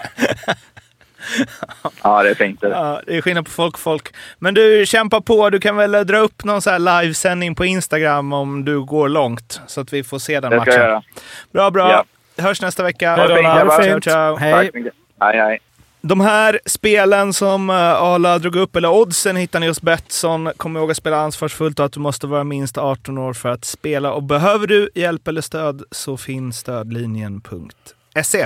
Ja, det är fint. Det.
Ja, det är skillnad på folk folk. Men du, kämpar på. Du kan väl dra upp någon så här livesändning på Instagram om du går långt. Så att vi får se den
det
matchen.
Ska jag göra.
Bra, bra.
Ja.
Hörs nästa vecka.
Ha det fint,
ciao,
fint.
ciao.
Hej.
Hej, hej.
De här spelen som Arla drog upp, eller oddsen, hittar ni hos Betsson. Kom ihåg att spela ansvarsfullt och att du måste vara minst arton år för att spela. Och behöver du hjälp eller stöd så finns stödlinjen punkt se.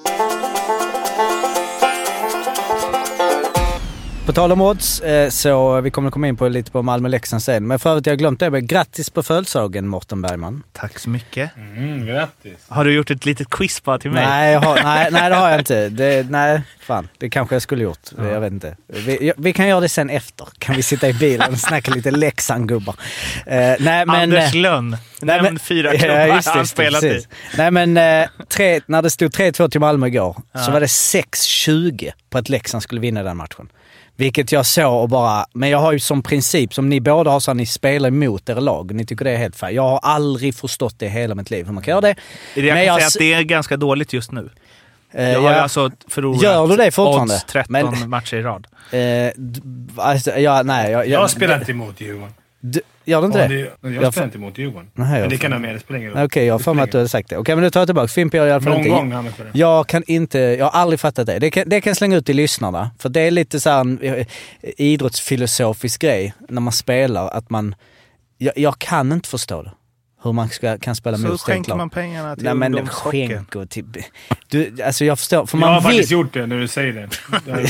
På tal om odds, så vi kommer komma in på lite på Malmö-Leksand sen. Men för övrigt, jag har glömt det. Men grattis på födelsedagen, Mårten Bergman.
Tack så mycket.
Mm, grattis.
Har du gjort ett litet quiz bara till mig?
Nej, jag har, nej, nej, det har jag inte. Det, nej, fan. Det kanske jag skulle gjort. Ja. Jag vet inte. Vi, vi kan göra det sen efter. Kan vi sitta i bilen och snacka lite Leksand-gubbar. Uh, nej, men,
Anders Lönn.
Nej,
Nämn fyra klubbar
ja, just det,
han spelat i.
Nej, men eh, tre, när det stod tre två till Malmö igår
ja.
så var det sex tjugo på att Leksand skulle vinna den matchen. Vilket jag såg och bara... Men jag har ju som princip, som ni båda har, så att ni spelar emot era lag. Ni tycker det är helt fel. Jag har aldrig förstått det hela mitt liv, hur man kan göra det.
Jag
men
kan
jag
säga att det är ganska dåligt just nu.
Eh,
jag har
ja.
alltså förlorat
Gör du det fortfarande?
odds tretton men, matcher i rad.
Eh, alltså, ja, nej, jag, jag,
jag spelar inte emot Djurgården.
D- gör du inte
ja,
det?
det? Jag, jag spelar inte emot Djurgården.
Nej,
men det kan ha med, det spelar ingen roll.
Okej, okay, jag har för mig att du hade sagt det. Okej, okay, men nu tar jag tillbaka. Fimp gör i alla fall inte.
Gång, han det.
Jag kan inte, jag har aldrig fattat det. Det kan, det kan jag slänga ut till lyssnarna. För det är lite så här en idrottsfilosofisk grej när man spelar. Att man, jag, jag kan inte förstå det. Hur man ska, kan spela mot
så skänker man pengarna till
Nej, men
ungdomshockey.
skänk och till... Du, alltså jag förstår... För
jag
man
har
vill...
faktiskt gjort det när du säger det.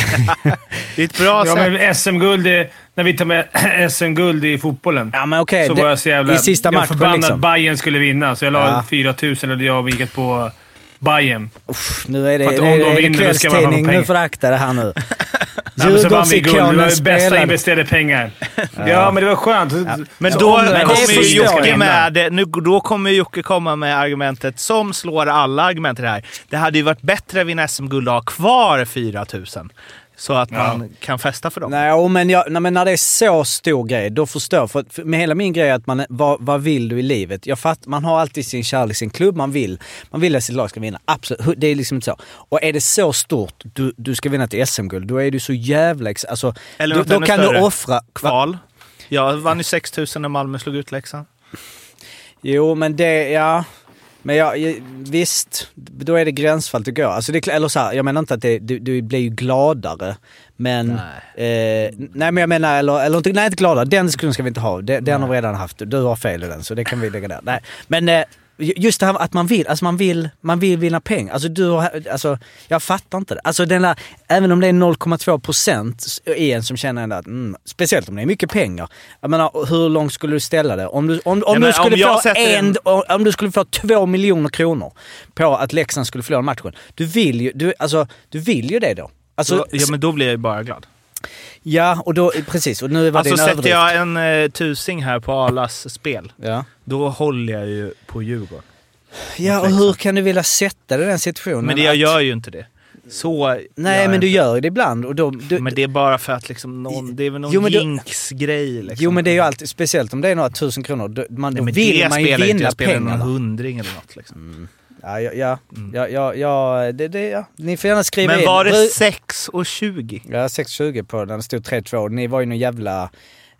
Det är ett bra
ja,
sätt.
men S M-guld, är, när vi tar med S M-guld i fotbollen.
Ja, men okej.
Så
Okay,
var jag så jävla...
I sista
matchen
matchen
förbannad
liksom.
att Bayern skulle vinna. Så jag la
ja.
fyra tusen och jag har vinkat på Bayern.
Uff, nu är det,
det,
det,
är,
det, det kvällstidning. Nu får du akta det här nu.
Djurgårdsikonen det var bästa investerade pengar. ja. ja, men det var skönt.
Ja. Men då kommer ju Jocke med det. Nu, då kommer Jocke komma med argumentet som slår alla argument i det här. Det hade ju varit bättre vid en S M-guld att ha kvar fyra tusen. Så att man ja. kan festa för dem.
Nej, men, jag, nej, men när det är så stor grej, då förstår jag. För, för med hela min grej att man, vad, vad vill du i livet? Jag fatt, man har alltid sin kärlek, sin klubb. Man vill, man vill att sitt lag ska vinna. Absolut, det är liksom inte så. Och är det så stort, du, du ska vinna till S M-guld, då är du så jävla... Alltså,
eller
då, då kan du offra...
Kval. Jag vann ju sex tusen när Malmö slog ut Leksand.
Jo, men det... Ja... Men jag, visst, då är det gränsfall att gå. Alltså det, eller så här, jag menar inte att det, du, du blir ju gladare. Men, nej, eh, nej men jag menar, eller, eller inte, nej, inte gladare. Den diskussionen ska vi inte ha. Den, den har vi redan haft. Du har fel i den, så det kan vi lägga där. Nej. Men eh, just det här att man vill, alltså man vill, man vill vinna pengar. Alltså du har, alltså jag fattar inte det. Alltså den där, även om det är noll komma två procent är en som känner att, mm, speciellt om det är mycket pengar. Jag menar, hur långt skulle du ställa det? Om du, om, om, ja, du skulle om, få en, en... om du skulle få två miljoner kronor på att Leksand skulle förlora matchen. Du vill ju, du, alltså, du vill ju det då. Alltså,
då, ja, men då blir jag ju bara glad.
Ja, och då, precis. Och nu var
alltså
det en
sätter jag en uh, tusing här på Arlas spel,
ja.
Då håller jag ju på Djurgården.
Ja, och hur kan du vilja sätta dig i den situationen?
Men det, jag gör ju inte det. Så
nej, men du gör ju det ibland. Och då, du,
men det är bara för att liksom någon, det är väl någon jo, jinx-grej. Liksom.
Jo, men det är ju alltid, speciellt om det är några tusen kronor. Då, man,
nej,
då
men
vill
det
man ju vinna
jag spelar
pengarna.
någon hundring eller något liksom.
Mm. Ja, ja, ja, mm. ja, ja, ja, det, det, ja. Ni får gärna skriva
men
in.
Men var det sex och tjugo?
Ja, sex och tjugo på den stod tre två. Ni var ju någon jävla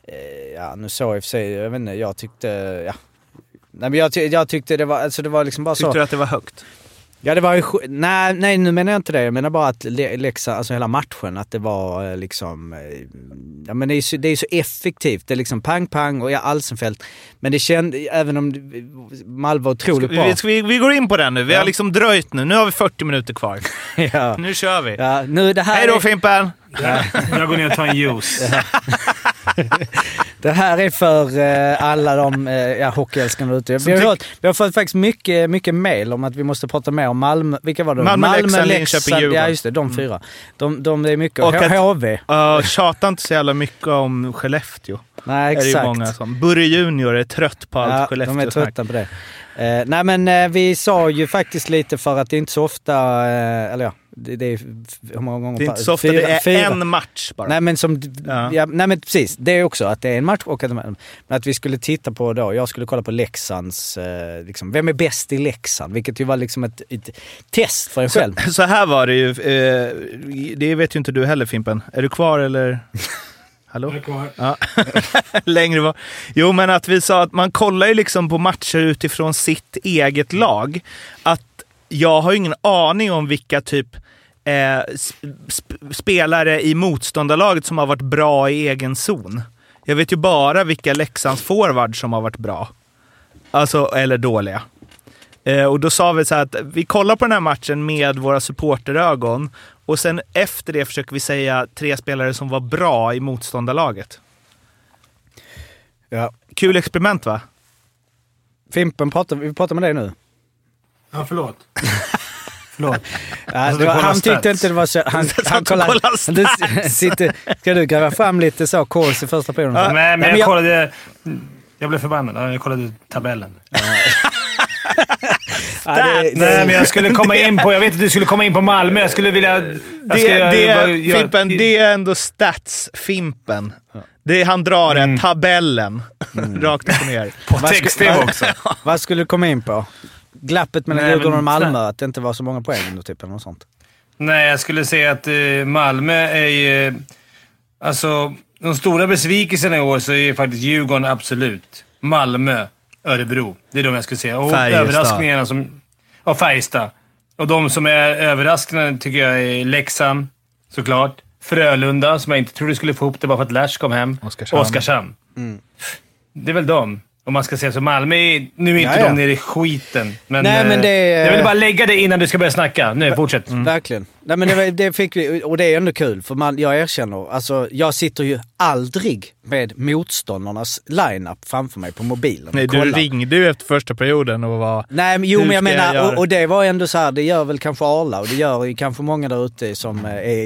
eh, ja nu såg jag för sig, jag vet inte, jag tyckte, ja. Nej men jag, ty- jag tyckte det var, alltså det var liksom bara
Tyckte
så.
Tyckte du att det var högt?
Ja det var ju, nej, nej nu menar jag inte det, jag menar bara att Leksand, alltså hela matchen, att det var liksom, ja men det är så, det är så effektivt, det är liksom pang pang och ja Alsenfelt, men det kände, även om Malmö var otroligt bra.
Vi, ska vi, vi går in på den nu, vi ja. har liksom dröjt nu, nu har vi fyrtio minuter kvar.
Ja.
Nu kör vi.
Ja, nu det här
Hej då
är...
Fimpen!
Ja. Jag går ner och tar en juice.
Ja. Det här är för eh, alla de eh, ja, hockeyälskarna ute. Vi har, hört, vi har fått faktiskt mycket, mycket mail om att vi måste prata mer om Malmö. Vilka var det?
Malmö, Malmö Leksand, Linköping, Djurgården.
Ja just det, de fyra. De, de, det är mycket.
Och att,
H V.
Uh, tjata inte så jävla mycket om Skellefteå.
Nej exakt.
Är det många som. Burre Junior är trött på allt
ja,
Skellefteå.
De är trötta på det. Eh, nej men eh, vi sa ju faktiskt lite för att det är inte så ofta, eh, eller ja, det, det är hur många gånger?
Det är inte så ofta, fyra, det är fyra. En match bara.
Nej men som,
ja.
Ja, nej men precis, det är också att det är en match och att, men att vi skulle titta på då, jag skulle kolla på Leksands, eh, liksom, vem är bäst i Leksand? Vilket ju var liksom ett, ett test för en själv.
Så, så här var det ju, eh, det vet ju inte du heller Fimpen. Är du kvar eller... Hallå? Ja. Längre var. Jo, men att vi sa att man kollar ju liksom på matcher utifrån sitt eget lag. Att jag har ju ingen aning om vilka typ eh, sp- spelare i motståndarlaget som har varit bra i egen zon. Jag vet ju bara vilka Leksands forwards som har varit bra. Alltså, eller dåliga. Eh, och då sa vi så här att vi kollar på den här matchen med våra supporterögon. Och sen efter det försöker vi säga tre spelare som var bra i motståndarlaget.
Ja.
Kul experiment va?
Fimpen, pratar, vi pratar med dig nu.
Ja, förlåt. förlåt.
Ja, alltså, var, han tyckte stats. inte det var så... Han, han kollade... kollade sitter, ska du gräva fram lite så kors i första perioden?
Ja, men, men jag, jag kollade... Jag blev förbannad. Jag kollade tabellen. Ja. Ja, det, det, Nej, men jag skulle komma in på... Jag vet att du skulle komma in på Malmö. Jag skulle vilja... Jag
det,
skulle,
det,
jag, jag,
Fimpen, det är ändå stats-Fimpen. Det han drar är mm. tabellen. Mm. Rakt upp och ner.
På text-tv också.
Vad skulle du komma in på? Glappet mellan Djurgården och Malmö. Att det inte var så många poäng då, typ, eller något sånt.
Nej, jag skulle säga att eh, Malmö är... Eh, alltså, de stora besvikelserna i år så är faktiskt Djurgården absolut. Malmö, Örebro. Det är de jag skulle säga. Och
Färjestad.
Överraskningarna som... Och Färjestad. Och de som är överraskningarna tycker jag är Leksand, såklart. Frölunda, som jag inte trodde skulle få ihop det bara för att Lash kom hem.
Oskarshamn.
Oskarshamn. Mm. Det är väl de. Om man ska säga så. Malmö är... Nu är inte
ja, ja.
de nere i skiten. Men,
Nej, men det är...
Jag vill bara lägga det innan du ska börja snacka. Nu, fortsätt.
Mm. Verkligen. Nej, men det, det fick vi... Och det är ändå kul. För man, jag erkänner. Alltså, jag sitter ju aldrig med motståndarnas line-up framför mig på mobilen.
Nej, du ringde ju efter första perioden och var...
Nej, men jo, men jag menar... Jag och, och det var ändå så här. Det gör väl kanske Arla. Och det gör ju kanske många där ute som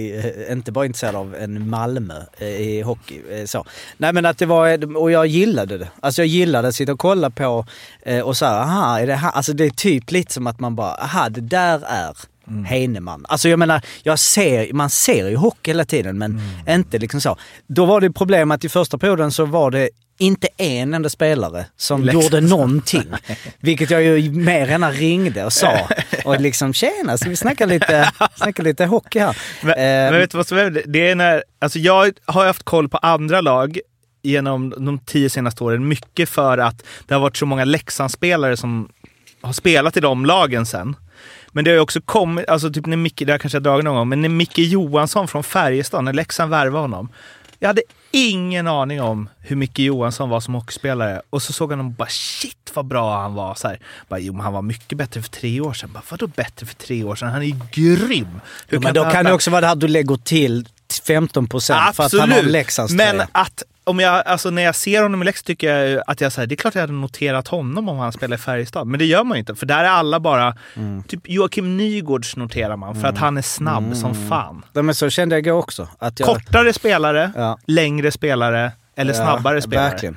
är inte bara intresserade av en Malmö i hockey. Så. Nej, men att det var... Och jag gillade det. Alltså, jag gillade att sitta och kolla på och så här, aha, är det här? Alltså, det är typ lite som att man bara, aha, det där är... Mm. Heinemann. Alltså jag menar, jag ser, man ser ju hockey hela tiden men mm. inte liksom så. Då var det problem att i första perioden så var det inte en enda spelare som Leksand. gjorde någonting. Vilket jag ju mer än ringde och sa. Och liksom, tjena, så vi snackar lite, snackar lite hockey här.
Men, eh, men vet du vad som är det? Det är när, alltså jag har haft koll på andra lag genom de tio senaste åren. Mycket för att det har varit så många Leksandsspelare som har spelat i de lagen sen. Men det har ju också kommit, alltså typ när Micke, det har kanske jag dragit någon gång, men när Micke Johansson från Färjestad, när Leksand värvade honom. Jag hade ingen aning om hur Micke Johansson var som hockeyspelare. Och så såg han och bara, shit vad bra han var. Så här, bara, jo, men han var mycket bättre för tre år sedan. Bara, vadå bättre för tre år sedan? Han är ju grym. Hur
jo, men då kan det också vara det här du lägger till femton procent för att han har Leksands tröja.
Men att om jag, alltså när jag ser honom i Leksand tycker jag att jag säger, det är klart jag hade noterat honom om han spelar i Färjestad. Men det gör man ju inte, för där är alla bara mm. typ Joakim Nygårds noterar man för mm. att han är snabb mm. som fan.
Ja, men så kände jag också. Att jag...
Kortare spelare, ja. längre spelare eller
ja,
snabbare spelare.
Verkligen.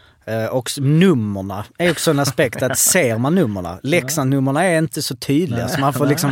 Och nummerna är också en aspekt att ser man nummerna. Leksand-nummerna är inte så tydliga. Nej, så man får liksom...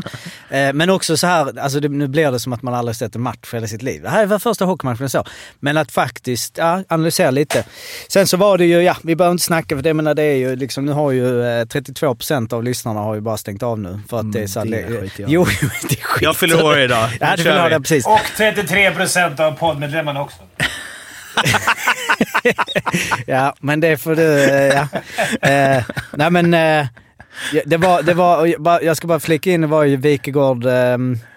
Mm. Men också så här, alltså det, nu blir det som att man aldrig sett en match för hela sitt liv. Det här var första hockeymatchen så. Men att faktiskt ja, analysera lite. Sen så var det ju, ja, vi behöver inte snacka för det, men det är ju liksom, nu har ju trettiotvå procent av lyssnarna har ju bara stängt av nu. För att mm, det är så... Det är skit,
jo, det är skit. Jag fyller år idag.
Ja, det fyller år, precis.
Och trettiotre procent av poddmedlemmarna också.
Ja, men det får du... Ja. Eh, nej, men... Eh, det var... Det var jag ska bara flika in, det var ju Wikegård eh,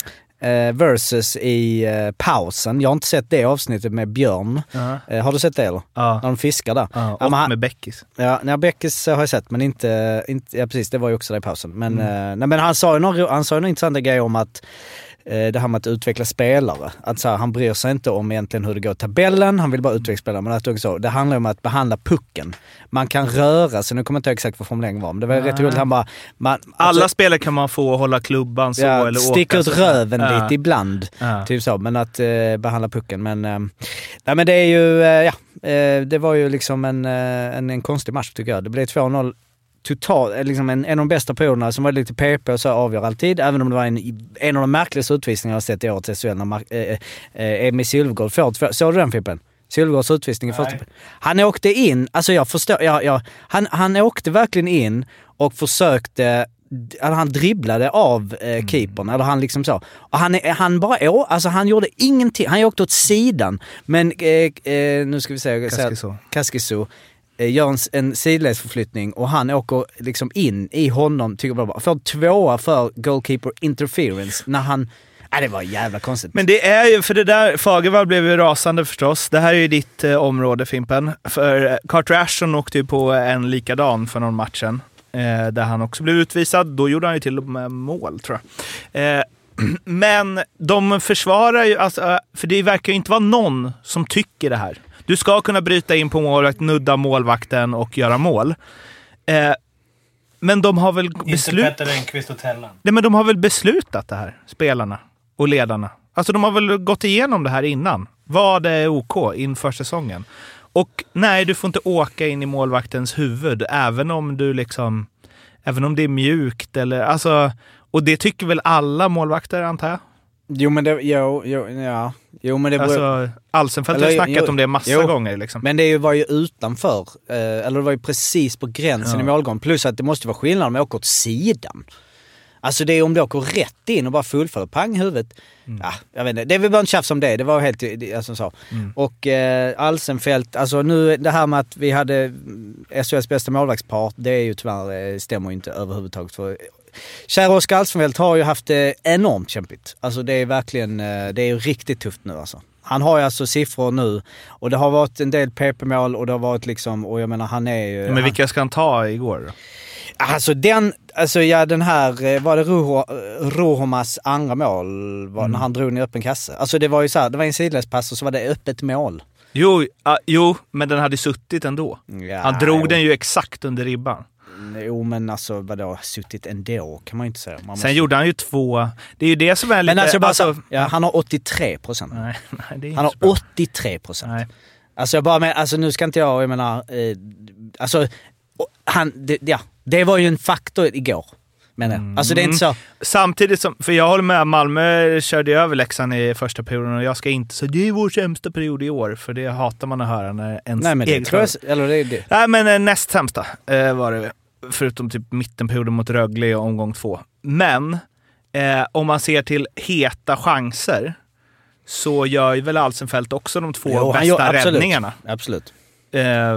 versus i eh, pausen. Jag har inte sett det avsnittet med Björn. Uh-huh. Eh, har du sett det eller?
Ja.
När de fiskar där.
Ja, och ja, med Beckis.
Ja, nej, Beckis har jag sett, men inte... inte ja, precis, det var ju också där i pausen. Men, mm. eh, nej, men han sa ju några, han sa ju några intressanta grejer om att det här med att utveckla spelare. Att så här, han bryr sig inte om egentligen hur det går i tabellen, han vill bara utveckla spelare. Men att också, det handlar om att behandla pucken. Man kan röra sig, nu kommer jag inte ihåg exakt vad formuleringen var, men det var rätt roligt. Han bara, man,
alla
alltså,
spelare kan man få hålla klubban så
ja,
eller
sticka
åka
ut röven
ja.
lite ibland.
Ja.
Typ så, men att eh, behandla pucken. Men, eh, nej, men det är ju, eh, ja, eh, det var ju liksom en, eh, en, en konstig match tycker jag. Det blev två noll. Total, liksom en, en av de bästa perioderna som var lite P P och så avgör alltid, även om det var en, en av de märkligaste utvisningarna jag har sett i årets S H L när Mar- äh, äh, Emil Sylvegård får två. Såg du den, Fippen? Sylvegårds utvisning i första. Han åkte in, alltså jag förstår, ja, ja, han, han åkte verkligen in och försökte, han dribblade av eh, keepern, eller han liksom så. Och han, han bara, å, alltså han gjorde ingenting, han åkte åt sidan, men eh, eh, nu ska vi se,
Kaskiso.
Kaskiso gör en, en sidledsförflyttning och han åker liksom in i honom, tycker jag bara, får tvåa för goalkeeper interference när han, ja, det var jävla konstigt.
Men det är ju, för det där, Fagervall blev ju rasande förstås. Det här är ju ditt eh, område, Fimpen. För Carter Ashton åkte ju på en likadan för någon matchen, eh, där han också blev utvisad. Då gjorde han ju till och med mål, tror jag. Eh, men de försvarar ju, alltså, för det verkar ju inte vara någon som tycker det här. Du ska kunna bryta in på målvakt, nudda målvakten och göra mål. Eh, men de har väl beslutat...
Inte Petter Enqvist och Tellan.
Nej, men de har väl beslutat det här, spelarna och ledarna. Alltså de har väl gått igenom det här innan. Vad är OK inför säsongen? Och nej, du får inte åka in i målvaktens huvud, även om du liksom... Även om det är mjukt eller... Alltså, och det tycker väl alla målvakter, antar jag?
Jo, men det... Jo, jo, ja. Jo, men det...
Alltså, Alsenfelt har snackat jo, om det massa jo, gånger. Liksom.
Men det var ju utanför. Eh, eller det var ju precis på gränsen ja. i målgång. Plus att det måste vara skillnad om jag åker åt sidan. Alltså det är om du åker rätt in och bara fullföljer pang huvudet. Mm. Ja, jag vet inte. Det var bara en tjafs om det. Det var helt... Alltså, så. Mm. Och eh, Alsenfelt... Alltså nu, det här med att vi hade S H L:s bästa målvaktspar, det är ju tyvärr... stämmer ju inte överhuvudtaget för... Kära Oskar Alsenfelt har ju haft det enormt kämpigt. Alltså det är verkligen, det är ju riktigt tufft nu alltså. Han har ju alltså siffror nu och det har varit en del P P-mål och det har varit liksom, och jag menar han är ju...
Men vilka ska han ta igår då?
Alltså den, alltså ja den här, var det Ruho, Ruhomas andra mål var, mm. när han drog ner öppen kasse. Alltså det var ju så här, det var en sidledspass och så var det öppet mål.
Jo, uh, jo men den hade suttit ändå.
Ja,
han drog
jo.
den ju exakt under ribban.
Jo, men alltså vadå, suttit ändå kan man ju inte säga. Man måste...
Sen gjorde han ju två, det är ju det som är lite...
Men alltså, bara,
alltså...
ja, han har åttiotre procent.
Nej, nej, det är inte
han har
bra.
åttiotre procent.
Nej.
Alltså jag bara men, alltså nu ska inte jag, jag menar, eh, alltså han, det, ja, det var ju en faktor igår. Men mm. alltså det är inte så.
Samtidigt som, för jag håller med, Malmö körde över Leksand i första perioden och jag ska inte så det är vår sämsta period i år, för det hatar man att höra när ens
Nej men det tror jag, eller det är det.
Nej men näst sämsta eh, var det, förutom typ mittenperioden mot Rögle i omgång två. Men eh, om man ser till heta chanser så gör ju väl Alsenfelt också de två jo, bästa gör, absolut. räddningarna.
Absolut.
Eh,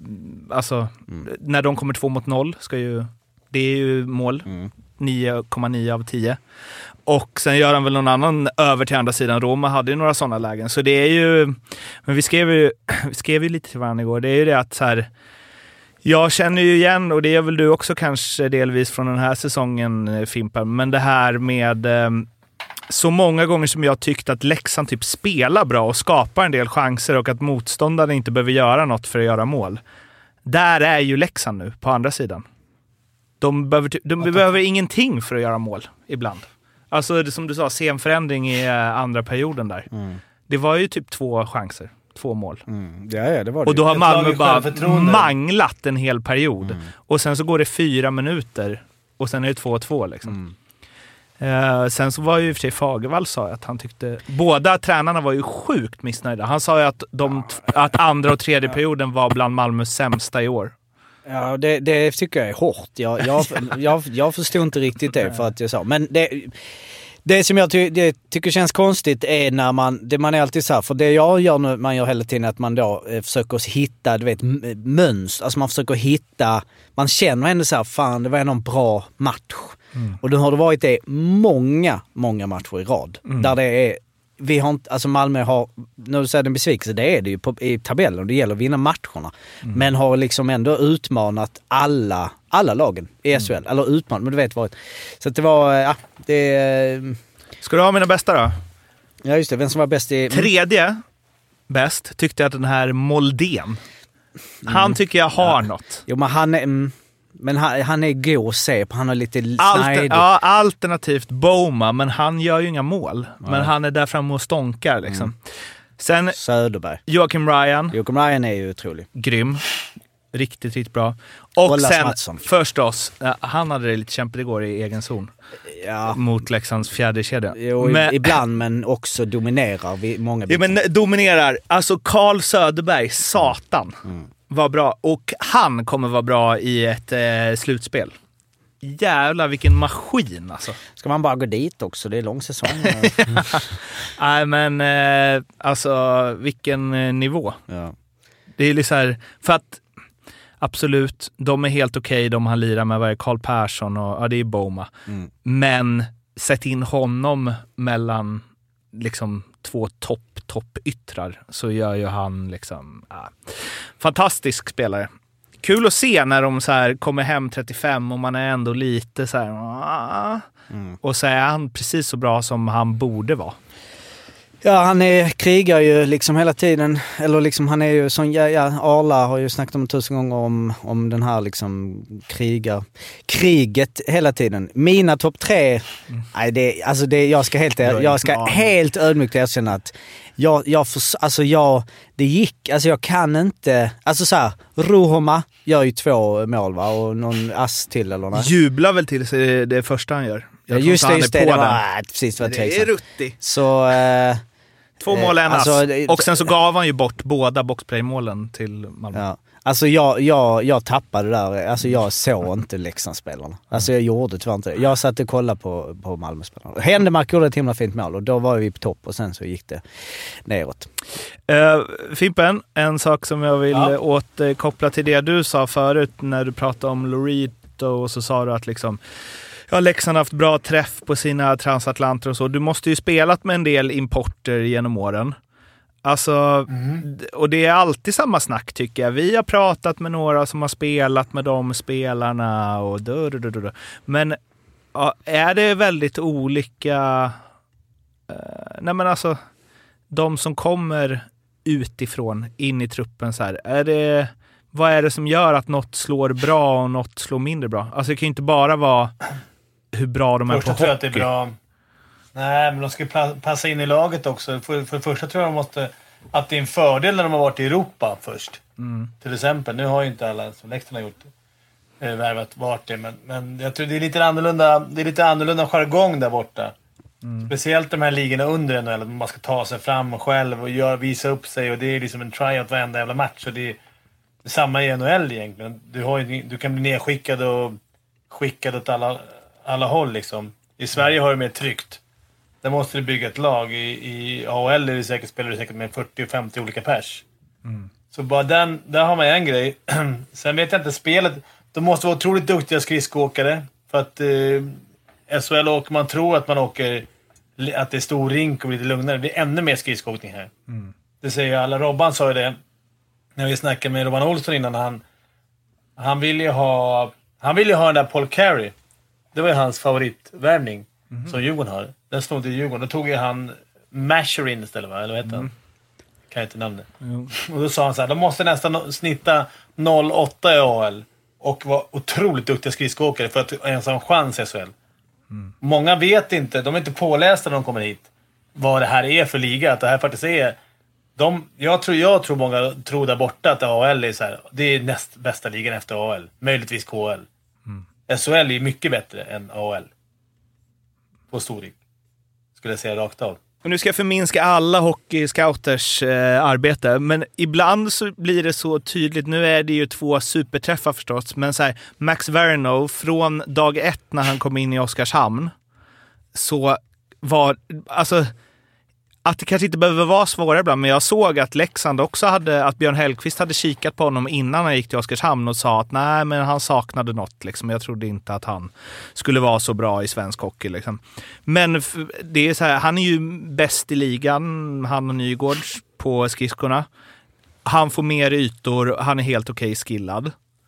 alltså mm. när de kommer två mot noll ska ju, det är ju mål. Mm. nio komma nio av tio. Och sen gör han väl någon annan över till andra sidan. Roma hade ju några sådana lägen. Så det är ju, men vi skrev ju, vi skrev ju lite till varandra igår. Det är ju det att så här, jag känner ju igen, och det är väl du också kanske delvis från den här säsongen, Fimpen, men det här med eh, så många gånger som jag tyckt att Leksand typ spelar bra och skapar en del chanser och att motståndaren inte behöver göra något för att göra mål. Där är ju Leksand nu på andra sidan. De behöver, de behöver ingenting för att göra mål ibland. Alltså det som du sa, scenförändring i andra perioden där. Mm. Det var ju typ två chanser. Två mål.
Mm. Ja, ja, det var det.
Och då har Malmö bara manglat en hel period. Mm. Och sen så går det fyra minuter. Och sen är det två två liksom. Mm. Uh, sen så var ju i och för sig Fagervall sa att han tyckte... Båda tränarna var ju sjukt missnöjda. Han sa ju att, de, att andra och tredje perioden var bland Malmös sämsta i år.
Ja, det, det tycker jag är hårt. Jag, jag, jag, jag förstod inte riktigt det för att jag sa. Men det, Det som jag ty- det tycker känns konstigt är när man, det man är alltid så här, för det jag gör nu, man gör hela tiden att man då eh, försöker hitta, du vet, m- mönster, alltså man försöker hitta, man känner ändå så här, fan det var ändå en bra match. Mm. Och då har det varit det många, många matcher i rad. Mm. Där det är, vi har inte, alltså Malmö har, när du säger den besvikelse, det är det ju på, i tabellen, det gäller att vinna matcherna. Mm. Men har liksom ändå utmanat alla, alla lagen i S H L, mm. eller utmanat, men du vet vad. Så att det var, ja, det...
Ska du ha mina bästa då?
Ja just det, vem som var bäst i...
Tredje bäst tyckte jag att den här Moldén. Mm. Han tycker jag har ja. något.
Jo men han är... Mm. Men han, han är god att se på, han har lite
Alter, ja, alternativt Boma, men han gör ju inga mål. Ja. Men han är där framme och stånkar liksom. Mm. Sen
Söderberg.
Joakim Ryan.
Joakim Ryan är ju otrolig.
Grym. Riktigt, riktigt bra. Och
Ollas
sen
Mattsson.
förstås, han hade det lite kämpigt igår i egen zon.
Ja.
Mot Leksands fjärde kedja.
Jo, men, ibland, men också dominerar vi många
bitar. Ja, men dominerar. Alltså Carl Söderberg, satan. Mm. Var bra, och han kommer vara bra i ett eh, slutspel. Jävlar vilken maskin alltså.
Ska man bara gå dit också? Det är lång säsong.
Nej men eh, alltså vilken eh, nivå.
Ja.
Det är liksom här, för att absolut, de är helt okej, okay, de han lirar med, vad är Carl Persson och ja, det är Boma. Mm. Men sätt in honom mellan liksom två topp toppyttrar så gör ju han liksom ja. Fantastisk spelare. Kul att se när de så här kommer hem trettiofem och man är ändå lite så här mm. och så är han precis så bra som han borde vara.
Ja, han är, krigar ju liksom hela tiden, eller liksom han är ju som, ja, ja, Arla har ju snackat om tusen gånger om, om den här liksom krigar, kriget hela tiden. Mina topp tre, mm. nej det, alltså det, jag ska helt, jag ska helt ödmjukt erkänna att jag, jag, för, alltså jag, det gick, alltså jag kan inte, alltså så här, Ruhoma gör ju två mål va, och någon ass till eller något.
Jublar väl till sig det första han gör.
Jag ja, just det, just det, det var äh, precis vad
det är rutti.
Så... Eh,
Två mål en alltså, och sen så gav han ju bort båda boxplay-målen till Malmö.
Ja. Alltså jag, jag, jag tappade där, alltså jag såg inte Leksandsspelarna. Alltså jag gjorde tyvärr inte det. Jag satt och kollade på, på Malmö-spelarna. Händemark gjorde ett himla fint mål och då var vi på topp och sen så gick det neråt.
Uh, Fimpen, en sak som jag vill ja. återkoppla till det du sa förut när du pratade om Lorito och så sa du att liksom ja, Leksand har haft bra träff på sina transatlanter och så. Du måste ju spelat med en del importer genom åren. Alltså, mm. och det är alltid samma snack tycker jag. Vi har pratat med några som har spelat med de spelarna och dö, dö, dö, dö. Men ja, är det väldigt olika... Uh, nej men alltså, de som kommer utifrån in i truppen så här, är det... Vad är det som gör att något slår bra och något slår mindre bra? Alltså det kan ju inte bara vara hur bra de är
första
på
tror
hockey.
Jag att det är bra. Nej, men de ska passa in i laget också. För, för det första tror jag de måste... Att det är en fördel när de har varit i Europa först. Mm. Till exempel. Nu har ju inte alla som Leksand har gjort eh, värvat varit det. Men, men jag tror det är lite annorlunda, det är lite annorlunda jargong där borta. Mm. Speciellt de här ligorna under N H L. Man ska ta sig fram och själv och gör, visa upp sig. Och det är liksom en tryout varenda jävla match. Och det är samma i N H L egentligen. Du, har ju, du kan bli nedskickad och skickad åt alla, alla håll liksom. I Sverige har du mer tryckt. Där måste du bygga ett lag. I, i A H L är det säkert, spelar du säkert med fyrtio femtio olika pers. Mm. Så bara den, där har man en grej. Sen vet jag inte, spelet... De måste vara otroligt duktiga skridskoåkare. För att eh, S H L åker man tror att man åker... Att det är stor rink och lite lugnare. Det är ännu mer skridskoåkning här. Mm. Det säger alla. Robban sa ju det. När vi snackade med Robban Olsson innan. Han, han ville ju ha... Han ville ju ha den där Paul Carey. Det var ju hans favoritvärvning. Mm. Som Djurgården har. Den stod i Djurgården. Då tog ju han Masherin istället, va? Eller vad heter mm. han? Kan jag inte namnet. Mm. Och då sa han så här, de måste nästan snitta noll komma åtta i A H L. Och vara otroligt duktiga skridskoåkare för att ens ha en chans i S H L. Mm. Många vet inte, de är inte pålästa när de kommer hit. Vad det här är för liga. Att det här faktiskt är... De, jag, tror, jag tror många tror där borta att A H L är så här, det är näst bästa ligan efter A H L. Möjligtvis K H L. Mm. S H L är mycket bättre än A H L. På storlek. Skulle jag säga rakt av.
Och nu ska jag förminska alla hockeyscouters eh, arbete, men ibland så blir det så tydligt. Nu är det ju två superträffar förstås, men så här, Max Verno från dag ett när han kom in i Oskarshamn, så var, alltså att det kanske inte behöver vara svårare ibland, men jag såg att Leksand också hade, att Björn Hellkvist hade kikat på honom innan han gick till Oskarshamn och sa att nej, men han saknade något liksom. Jag trodde inte att han skulle vara så bra i svensk hockey liksom. Men det är så här, han är ju bäst i ligan, han och Nygårds på skridskorna. Han får mer ytor, han är helt okej skillad.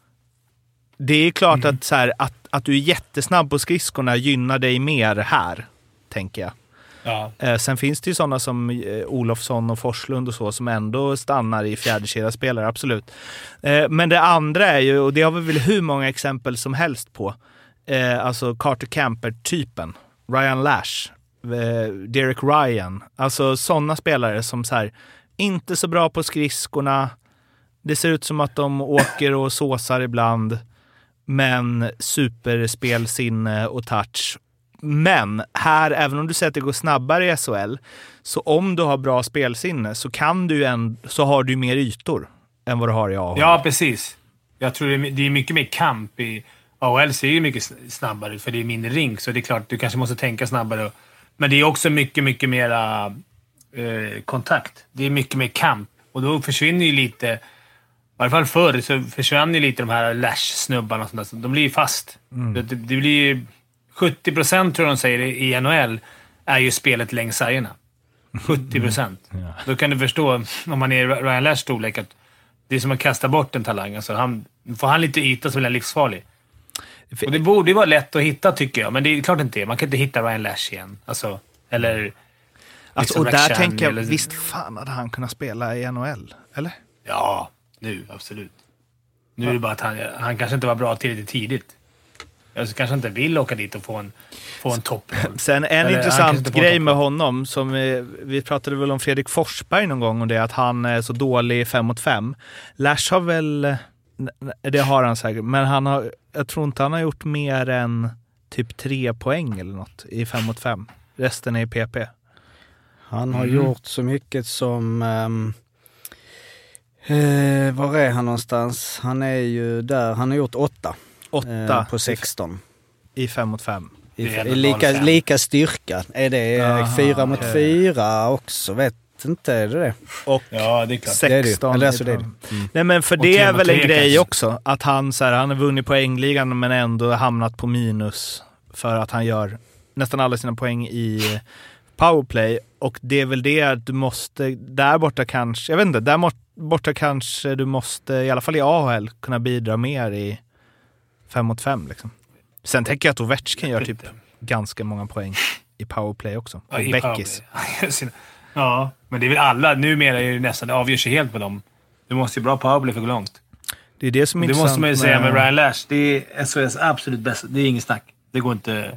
Det är klart mm. att, så här, att, att du är jättesnabb på skridskorna gynnar dig mer här, tänker jag. Ja. Eh, sen finns det ju sådana som eh, Olofsson och Forslund och så som ändå stannar i fjärdekedjespelare, absolut. Eh, men det andra är ju, och det har vi väl hur många exempel som helst på, eh, alltså Carter Camper-typen, Ryan Lash, eh, Derek Ryan, alltså sådana spelare som så här, inte så bra på skridskorna, det ser ut som att de åker och såsar ibland, men superspelsinne och touch. Men här, även om du säger att det går snabbare i S H L, så om du har bra spelsinne så kan du en, så har du mer ytor än vad du har i A H L.
Ja, precis. Jag tror det är, det är mycket mer kamp i A H L, ser ju mycket snabbare för det är mindre rink, så det är klart du kanske måste tänka snabbare. Men det är också mycket, mycket mera eh, kontakt. Det är mycket mer kamp och då försvinner ju lite, i alla fall förr så försvinner ju lite de här lash-snubbarna och sånt där. De blir ju fast. Mm. Det, det, det blir ju sjuttio procent tror jag de säger i N H L är ju spelet längs sargerna. sjuttio procent. Mm. Ja. Då kan du förstå, om man är Ryan Lash storlek, att det är som att kasta bort en talang. Alltså han, får han lite yta så blir han livsfarlig. Och det borde ju vara lätt att hitta, tycker jag. Men det är klart inte. Man kan inte hitta Ryan Lash igen. Alltså, eller...
Alltså, och där tänker jag, eller... visst fan hade han kunnat spela i N H L, eller?
Ja, nu, absolut. Nu ja. Är det bara att han, han kanske inte var bra tillräckligt tidigt. Jag kanske inte vill åka dit och få en, få en topp.
Sen en Eller, intressant grej med honom, som vi, vi pratade väl om Fredrik Forsberg någon gång, och det är att han är så dålig i fem mot fem. Lash har väl, det har han säkert, men han har, jag tror inte han har gjort mer än typ tre poäng eller något i fem mot fem. Resten är i P P.
Han har mm. gjort så mycket som... Um, eh, var är han någonstans? Han är ju där, han har gjort åtta.
åtta
eh, på sexton.
I fem mot fem.
I, i lika, lika styrka. Är det Aha, fyra mot fyra också? Vet inte, är det det?
Och
ja, det är klart.
sexton.
Det är det. Alltså, det är det.
Mm. Nej, men för och det är väl en grej kanske. Också. Att han, så här, han har vunnit poängligan men ändå hamnat på minus för att han gör nästan alla sina poäng i powerplay. Och det är väl det att du måste, där borta kanske, jag vet inte, där borta kanske du måste, i alla fall i A H L, kunna bidra mer i fem mot fem liksom. Sen tänker jag att Ovechkin gör typ ganska många poäng i powerplay också.
Ja,
och Beckis.
Ja, men det är väl alla, numera är det nästan, det avgör sig helt på dem. Du måste ju bra powerplay för att gå långt.
Det är det som är
det måste man ju
med...
säga med Ryan Lash. Det är S H L:s absolut bästa. Det är ingen snack. Det går inte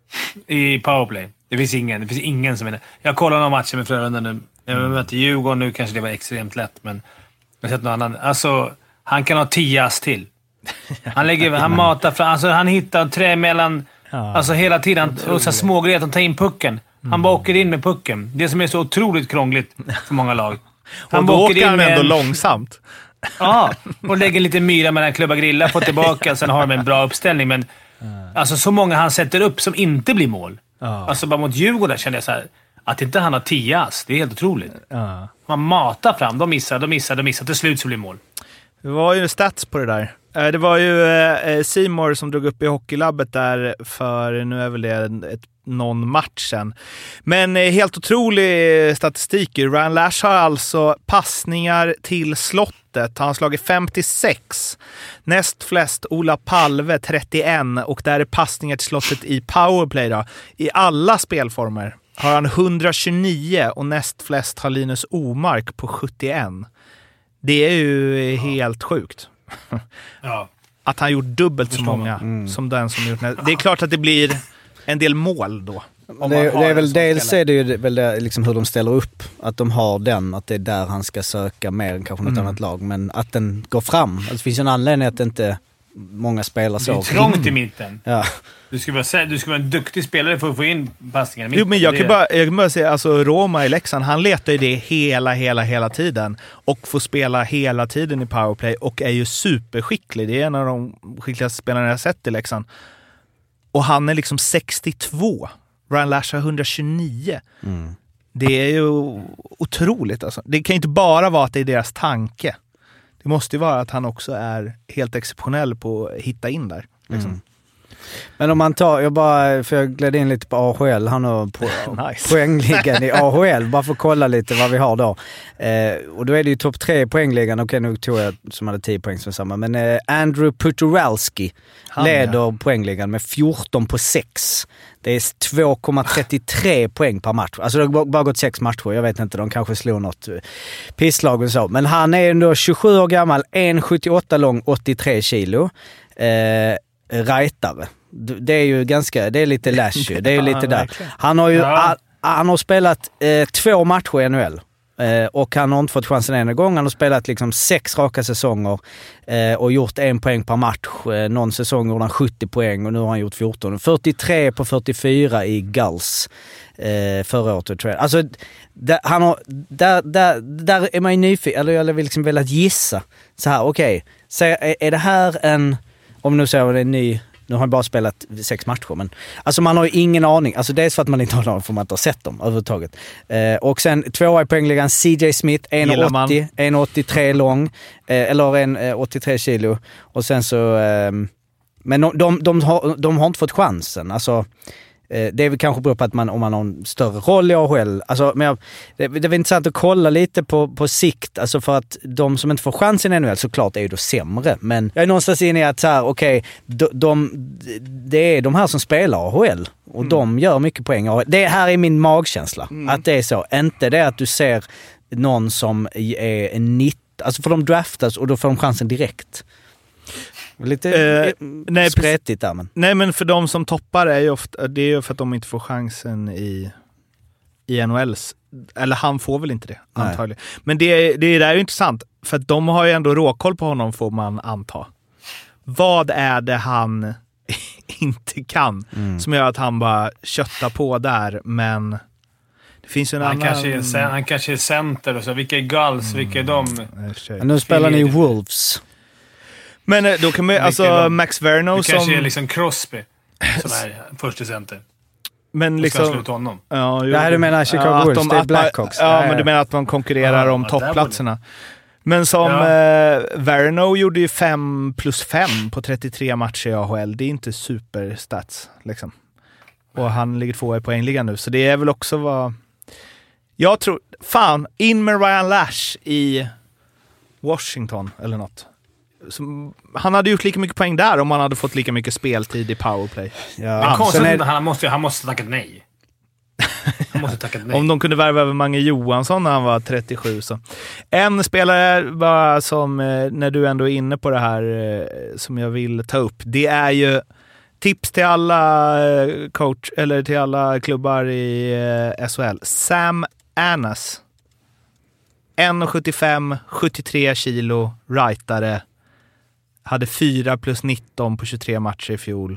i powerplay. Det finns ingen, det finns ingen som är det. Jag kollar några matcher med Frölunda nu. Jag möter Djurgården nu, kanske det var extremt lätt, men jag har sett någon annan. Alltså, han kan ha tio ass till. Han lägger, han matar fram, alltså han hittar trä mellan, ja, alltså hela tiden, och så små grejer att han tar in pucken. Han mm. bara åker in med pucken. Det som är så otroligt krångligt för många lag.
Han och då åker in han ändå en... långsamt.
Ja, och lägger lite myra mellan klubba grilla, får tillbaka, sen har de en bra uppställning. Men alltså så många han sätter upp som inte blir mål. Ja. Alltså bara mot Djurgården kände jag så här, att inte han har tio ass, det är helt otroligt. Ja. Man matar fram, de missar, de missar, de missar, till slut så blir mål.
Det var ju stats på det där. Det var ju Seymour som drog upp i hockeylabbet där för, nu är väl det ett, någon match sen. Men helt otrolig statistik. Ryan Lash har alltså passningar till slottet. Han har slagit femtiosex. Näst flest Ola Palve trettioen, och där är passningar till slottet i powerplay då. I alla spelformer har han etthundratjugonio och näst flest har Linus Omark på sjuttioen. Det är ju ja. helt sjukt. Ja. Att han gjort dubbelt så många mm. som den som gjort nästa. Det är klart att det blir en del mål då.
Det, det är väl dels är det ju väl det, liksom hur de ställer upp, att de har den, att det är där han ska söka mer än kanske något mm. annat lag, men att den går fram. Alltså, det finns en anledning att inte många spelar så.
Det är trångt i mitten.
Ja.
Du ska vara, du ska vara en duktig spelare för att få in passningar i mitten.
Jo, men jag kan bara, jag kan bara säga, alltså Roma i Leksand, han letar ju det hela, hela, hela tiden. Och får spela hela tiden i powerplay och är ju superskicklig. Det är en av de skickligaste spelarna jag har sett i Leksand. Och han är liksom sextiotvå, Ryan Lash har hundratjugonio.
Mm.
Det är ju otroligt alltså. Det kan inte bara vara att det är deras tanke. Det måste ju vara att han också är helt exceptionell på att hitta in där. Liksom.
Mm. Men om man tar, jag bara, för jag gled in lite på A H L, han har på,
nice.
poängligan i A H L, bara för att kolla lite vad vi har då. Eh, och då är det ju topp tre i poängligan, okej nu tog jag som hade tio poäng som samma, men eh, Andrew Puturalski han, leder ja. poängligan med fjorton på sex. Det är två komma trettiotre poäng per match. Alltså det har bara gått sex matcher, jag vet inte, de kanske slår något pisslag och så. Men han är ändå tjugosju år gammal, en komma sjuttioåtta lång, åttiotre kilo. Eh, Rightare. Det är ju ganska, det är lite lash ju. Det är ju lite där. Han har ju ja. han har spelat eh, två matcher i N H L. Eh, och han har inte fått chansen en gång. Han har spelat liksom sex raka säsonger eh, och gjort en poäng per match. Eh, någon säsong gjorde han sjuttio poäng och nu har han gjort fjorton. fyrtiotre på fyrtiofyra i Gulls eh, förra året, tror jag. Alltså, där, han har, där, där, där är man ju nyfiken, eller jag vill liksom velat gissa. Så här, okej. Okay, så är, är det här en, om nu säger det en ny, nu har han bara spelat sex matcher, men alltså man har ju ingen aning. Alltså dels för att man inte har någon, för man inte har sett dem överhuvudtaget. Eh, och sen tvåa i poängligan C J Smith, en komma åttio, en komma åttiotre lång, eh, eller en komma åttiotre kilo. Och sen så, eh, men de, de, de, har, de har inte fått chansen. Alltså, eh, det är väl kanske beror på att man, om man har en större roll i A H L. Alltså, men jag, det, det är intressant att kolla lite på, på sikt, alltså för att de som inte får chansen i N H L såklart är ju då sämre. Men jag är någonstans inne i att så här, okej, okay, de, de, det är de här som spelar A H L och mm. de gör mycket poäng. Det här är min magkänsla, mm. att det är så. Inte det att du ser någon som är en nitt, alltså för de draftas och då får de chansen direkt. Lite eh, nej, spretigt där, men. Nej, men för de som toppar är ju ofta, det är ju för att de inte får chansen i, i N H L's. Eller han får väl inte det, nej. Antagligen. Men det, det där är ju intressant, för att de har ju ändå råkoll på honom, får man anta. Vad är det han inte kan mm. som gör att han bara köttar på där, men det finns ju en
han
annan...
Kanske är, han kanske är center och så. Vilka är Gulls, mm. vilka är de?
Men nu spelar ni Wolves.
Men då kan man, alltså Max Verno som...
Det kanske är liksom Crosby som är första center.
Men liksom...
Ska honom.
Ja, det här du menar Chicago ja, Bulls, de, det är Blackhawks.
Ja, ja, men du menar att de konkurrerar ja, om toppplatserna. Men som ja. eh, Verno gjorde ju fem plus fem på trettiotre matcher i A H L. Det är inte superstats liksom. Och han ligger två i poängligan nu. Så det är väl också vad... Jag tror... Fan, in med Ryan Lash i Washington eller något. Som, han hade gjort lika mycket poäng där om han hade fått lika mycket speltid i powerplay.
Ja. Men konstigt är... han måste han måste tacka nej. Han måste tacka nej.
Om de kunde värva över Mange Johansson när han var trettiosju så. En spelare bara som när du ändå är inne på det här som jag vill ta upp. Det är ju tips till alla coach eller till alla klubbar i S H L. Sam Anas. en komma sjuttiofem, sjuttiotre kilo, rightare. Hade fyra plus nitton på tjugotre matcher i fjol.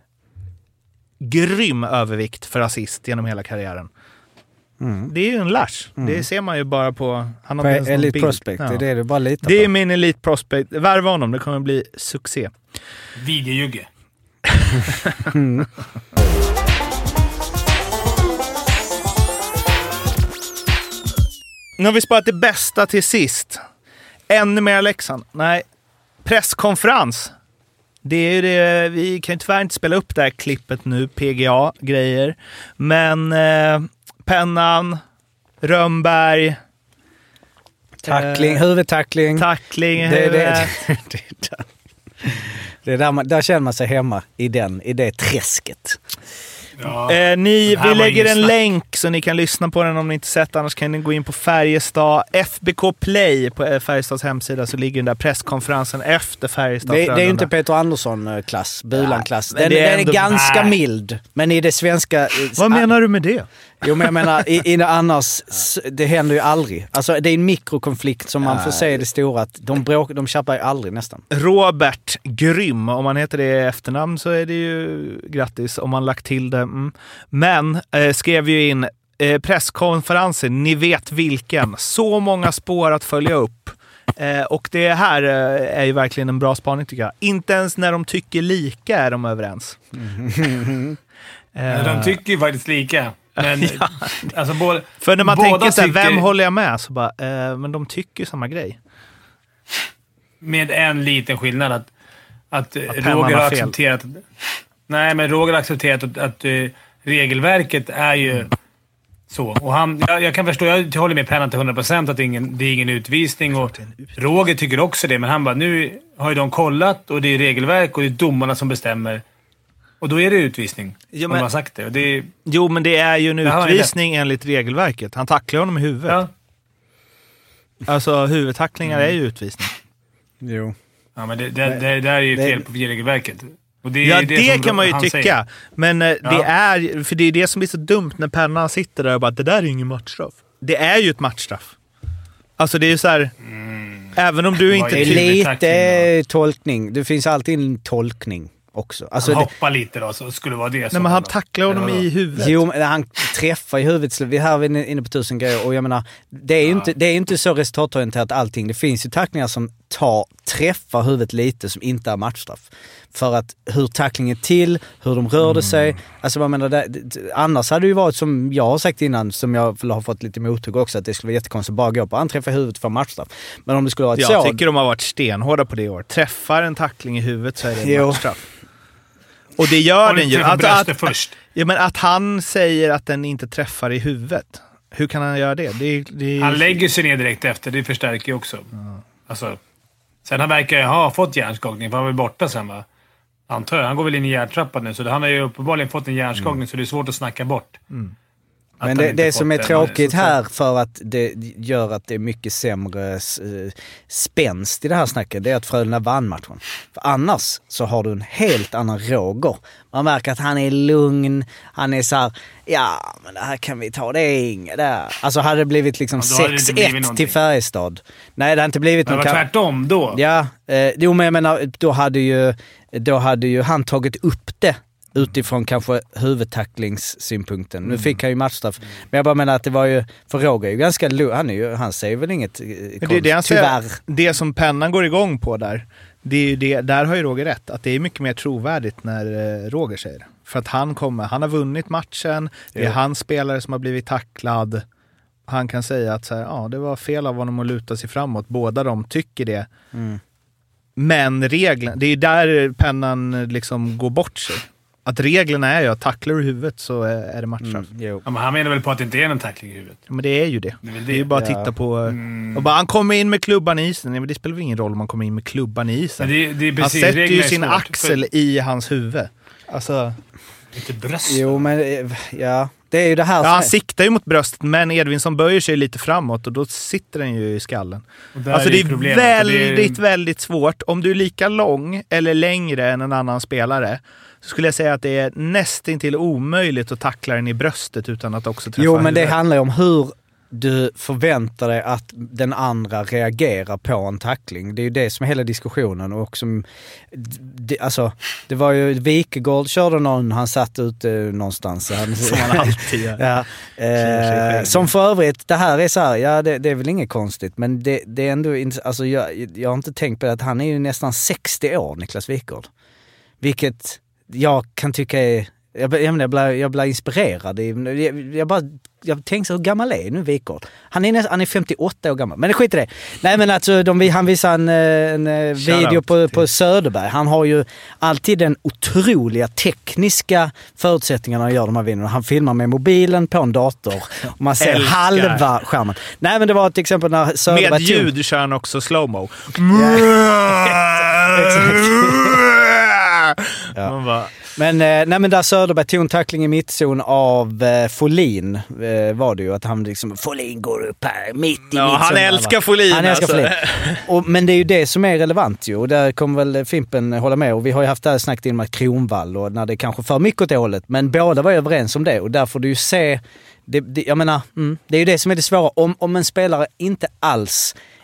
Grym övervikt för assist genom hela karriären. Mm. Det är ju en Lash. Mm. Det ser man ju bara på... Han har
på Elite Prospect, ja. Det är det du bara litar
Det
på.
är min Elite Prospect. Värva honom, det kommer bli succé.
Videojugge.
mm. Nu har vi sparat det bästa till sist. Ännu mer Leksand. Nej, presskonferens. Det är ju det, vi kan ju tyvärr inte spela upp det här klippet nu, P G A-grejer. Men eh, Pennan, Rönnberg...
Tackling, eh, huvudtackling.
Tackling,
det, det, det, det, det där, man, där känner man sig hemma i, den, i det träsket.
Ja, eh, ni, vi lägger en länk så ni kan lyssna på den om ni inte sett, annars kan ni gå in på Färjestad F B K Play på Färjestads hemsida, så ligger den där presskonferensen efter Färjestad.
Det, det är ju inte Peter Andersson-klass, Bulan-klass. Den, den är, ändå, är ganska nej. mild, men i det svenska...
Vad menar du med det?
Jo, men jag menar, i, i det annars, det händer ju aldrig. Alltså, det är en mikrokonflikt som man får se det stora, att de, bråk, de tjappar ju aldrig nästan.
Robert Grym, om man heter det i efternamn så är det ju grattis om man lagt till det. Mm. Men eh, skrev ju in eh, presskonferensen, ni vet vilken. Så många spår att följa upp. Eh, och det här eh, är ju verkligen en bra spaning tycker jag. Inte ens när de tycker lika är de överens. Mm.
Uh, de tycker ju faktiskt lika. Men,
ja.
alltså, både,
För när man tänker så här,
tycker,
vem håller jag med? Så bara, eh, men de tycker ju samma grej.
Med en liten skillnad att, att, att Roger har accepterat... Nej, men Roger har accepterat att, att uh, regelverket är ju mm. så. Och han, jag, jag kan förstå, jag håller med Pennan till hundra procent att det är, ingen, det är ingen utvisning. Och Roger tycker också det, men han bara, nu har ju de kollat och det är regelverk och det är domarna som bestämmer. Och då är det utvisning. Jo, men, de har sagt det. Och det är,
jo, men det är ju en utvisning enligt regelverket. Han tacklar honom i huvudet. Ja. Alltså, huvudtacklingar mm. är ju utvisning.
Jo.
Ja, men det, det, det, det är ju fel det, på regelverket. Och det
ja,
är det,
det kan man ju tycka.
Säger.
Men
ja.
det är, för det är det som blir så dumt när Pennan sitter där och bara, det där är ingen matchstraff. Det är ju ett matchstraff. Alltså det är ju så här, mm. även om du inte...
Det är lite tolkning. Det finns alltid en tolkning också. Alltså,
han hoppar lite då, så skulle det vara det.
Nej, men han tacklar honom i huvudet.
Jo, men han träffar i huvudet. Vi här är inne på tusen grejer. Och jag menar, det är ju ja. inte, det är inte så resultatorienterat allting. Det finns ju tacklingar som tar, träffar huvudet lite som inte är matchstraff. För att hur tacklingen till, hur de rörde mm. sig. Alltså man menar, det, det, annars hade det ju varit som jag har sagt innan, som jag har fått lite mothugg också, att det skulle vara jättekonstigt att bara gå på han träffar huvudet för matchstraff. Men om det skulle vara
jag
så...
Jag tycker de har varit stenhårda på det år. Träffar en tackling i huvudet så är det en matchstraff. Och det gör den ju. Att, att,
först.
Ja, men att han säger att den inte träffar i huvudet. Hur kan han göra det? det, det
han lägger sig ner direkt efter. Det förstärker ju också. Mm. Alltså, sen han verkar ha fått hjärnskakning. För han var borta sen, va? Antar jag. Han går väl in i hjärtrappan nu. Så han har ju uppenbarligen fått en hjärnskakning. Mm. Så det är svårt att snacka bort.
Mm.
Men det, det som är det, tråkigt här, för att det gör att det är mycket sämre spänst i det här snacket, det är att Frölunda vann matchen. För annars så har du en helt annan Roger. Man märker att han är lugn, han är så här, ja men det här kan vi ta, det är inget där. Alltså hade det blivit liksom ja, sex ett till Färjestad. Nej, det hade inte blivit
någon... Det var tvärtom då.
Ja, eh, jo men jag menar, då hade ju, då hade ju han tagit upp det. Utifrån kanske huvudtacklingssynpunkten. Nu fick han ju matchstraff. Men jag bara menar att det var ju... För Roger är ju ganska... Han, är ju, han säger väl inget konst,
det, det, han
tyvärr.
Säger, det som Pennan går igång på där, det är ju det, där har ju Roger rätt. Att det är mycket mer trovärdigt när Roger säger. För att han kommer... Han har vunnit matchen. Det är ja. hans spelare som har blivit tacklad. Han kan säga att så här, ja, det var fel av honom att luta sig framåt. Båda de tycker det. Mm. Men reglerna... Det är där Pennan liksom går bort sig. Att reglerna är ju att tacklar i huvudet så är det matchstraff.
Mm, ja, men han menar väl på att det inte är någon tackling i huvudet?
Ja, men det är ju det. Det är, det. Det är ju bara att ja. titta på... Mm. Och bara, han kommer in med klubban i isen. Ja, men det spelar väl ingen roll om man kommer in med klubban i isen.
Det, det är precis,
han sätter ju sin axel för... i hans huvud. Alltså...
Lite bröst.
Jo, men ja... Det är ju det här.
Ja, han siktar ju mot bröstet, men Edvinsson böjer sig lite framåt och då sitter den ju i skallen. Alltså det är problemet. väldigt, är... väldigt svårt. Om du är lika lång eller längre än en annan spelare så skulle jag säga att det är nästintill omöjligt att tackla den i bröstet utan att också träffa
Jo, men
huvudet.
Det handlar ju om hur du förväntar dig att den andra reagerar på en tackling. Det är ju det som är hela diskussionen. Och som, det, alltså, det var ju Wikegård körde någon, han satt ute någonstans. Han,
som han alltid gör.
Ja, eh, som för övrigt, det här är så här, ja det, det är väl inget konstigt, men det, det är ändå, alltså jag, jag har inte tänkt på det att han är ju nästan sextio år, Niklas Wikegård. Vilket jag kan tycka är... Jag, jag, jag, blir, jag blir inspirerad. Jag, jag, bara, jag tänker så, hur gammal är nu Wikegård? Han är, näst, han är femtioåtta år gammal. Men det skiter det. Nej men alltså, de, han visar en, en video på, på Söderberg. Han har ju alltid den otroliga tekniska förutsättningarna att göra de här videorna. Han filmar med mobilen på en dator. Och man ser Älskar. halva skärmen. Nej men det var till exempel när Söderberg...
Med ljud tog... kör han också slow-mo.
Ja. Man bara... Men, nej, men där Söderberg tog en tackling i mittzon av eh, Folin eh, var det ju att han liksom, Folin går upp här mitt i ja, mittzon.
Han älskar Folin.
Han älskar
alltså.
Folin. Och, men det är ju det som är relevant ju, och där kommer väl Fimpen hålla med, och vi har ju haft det här snackat in med Kronvall och när det kanske för mycket åt det hållet, men båda var överens om det, och där får du ju se det, det, jag menar, mm, det är ju det som är det svåra, om, om en spelare inte alls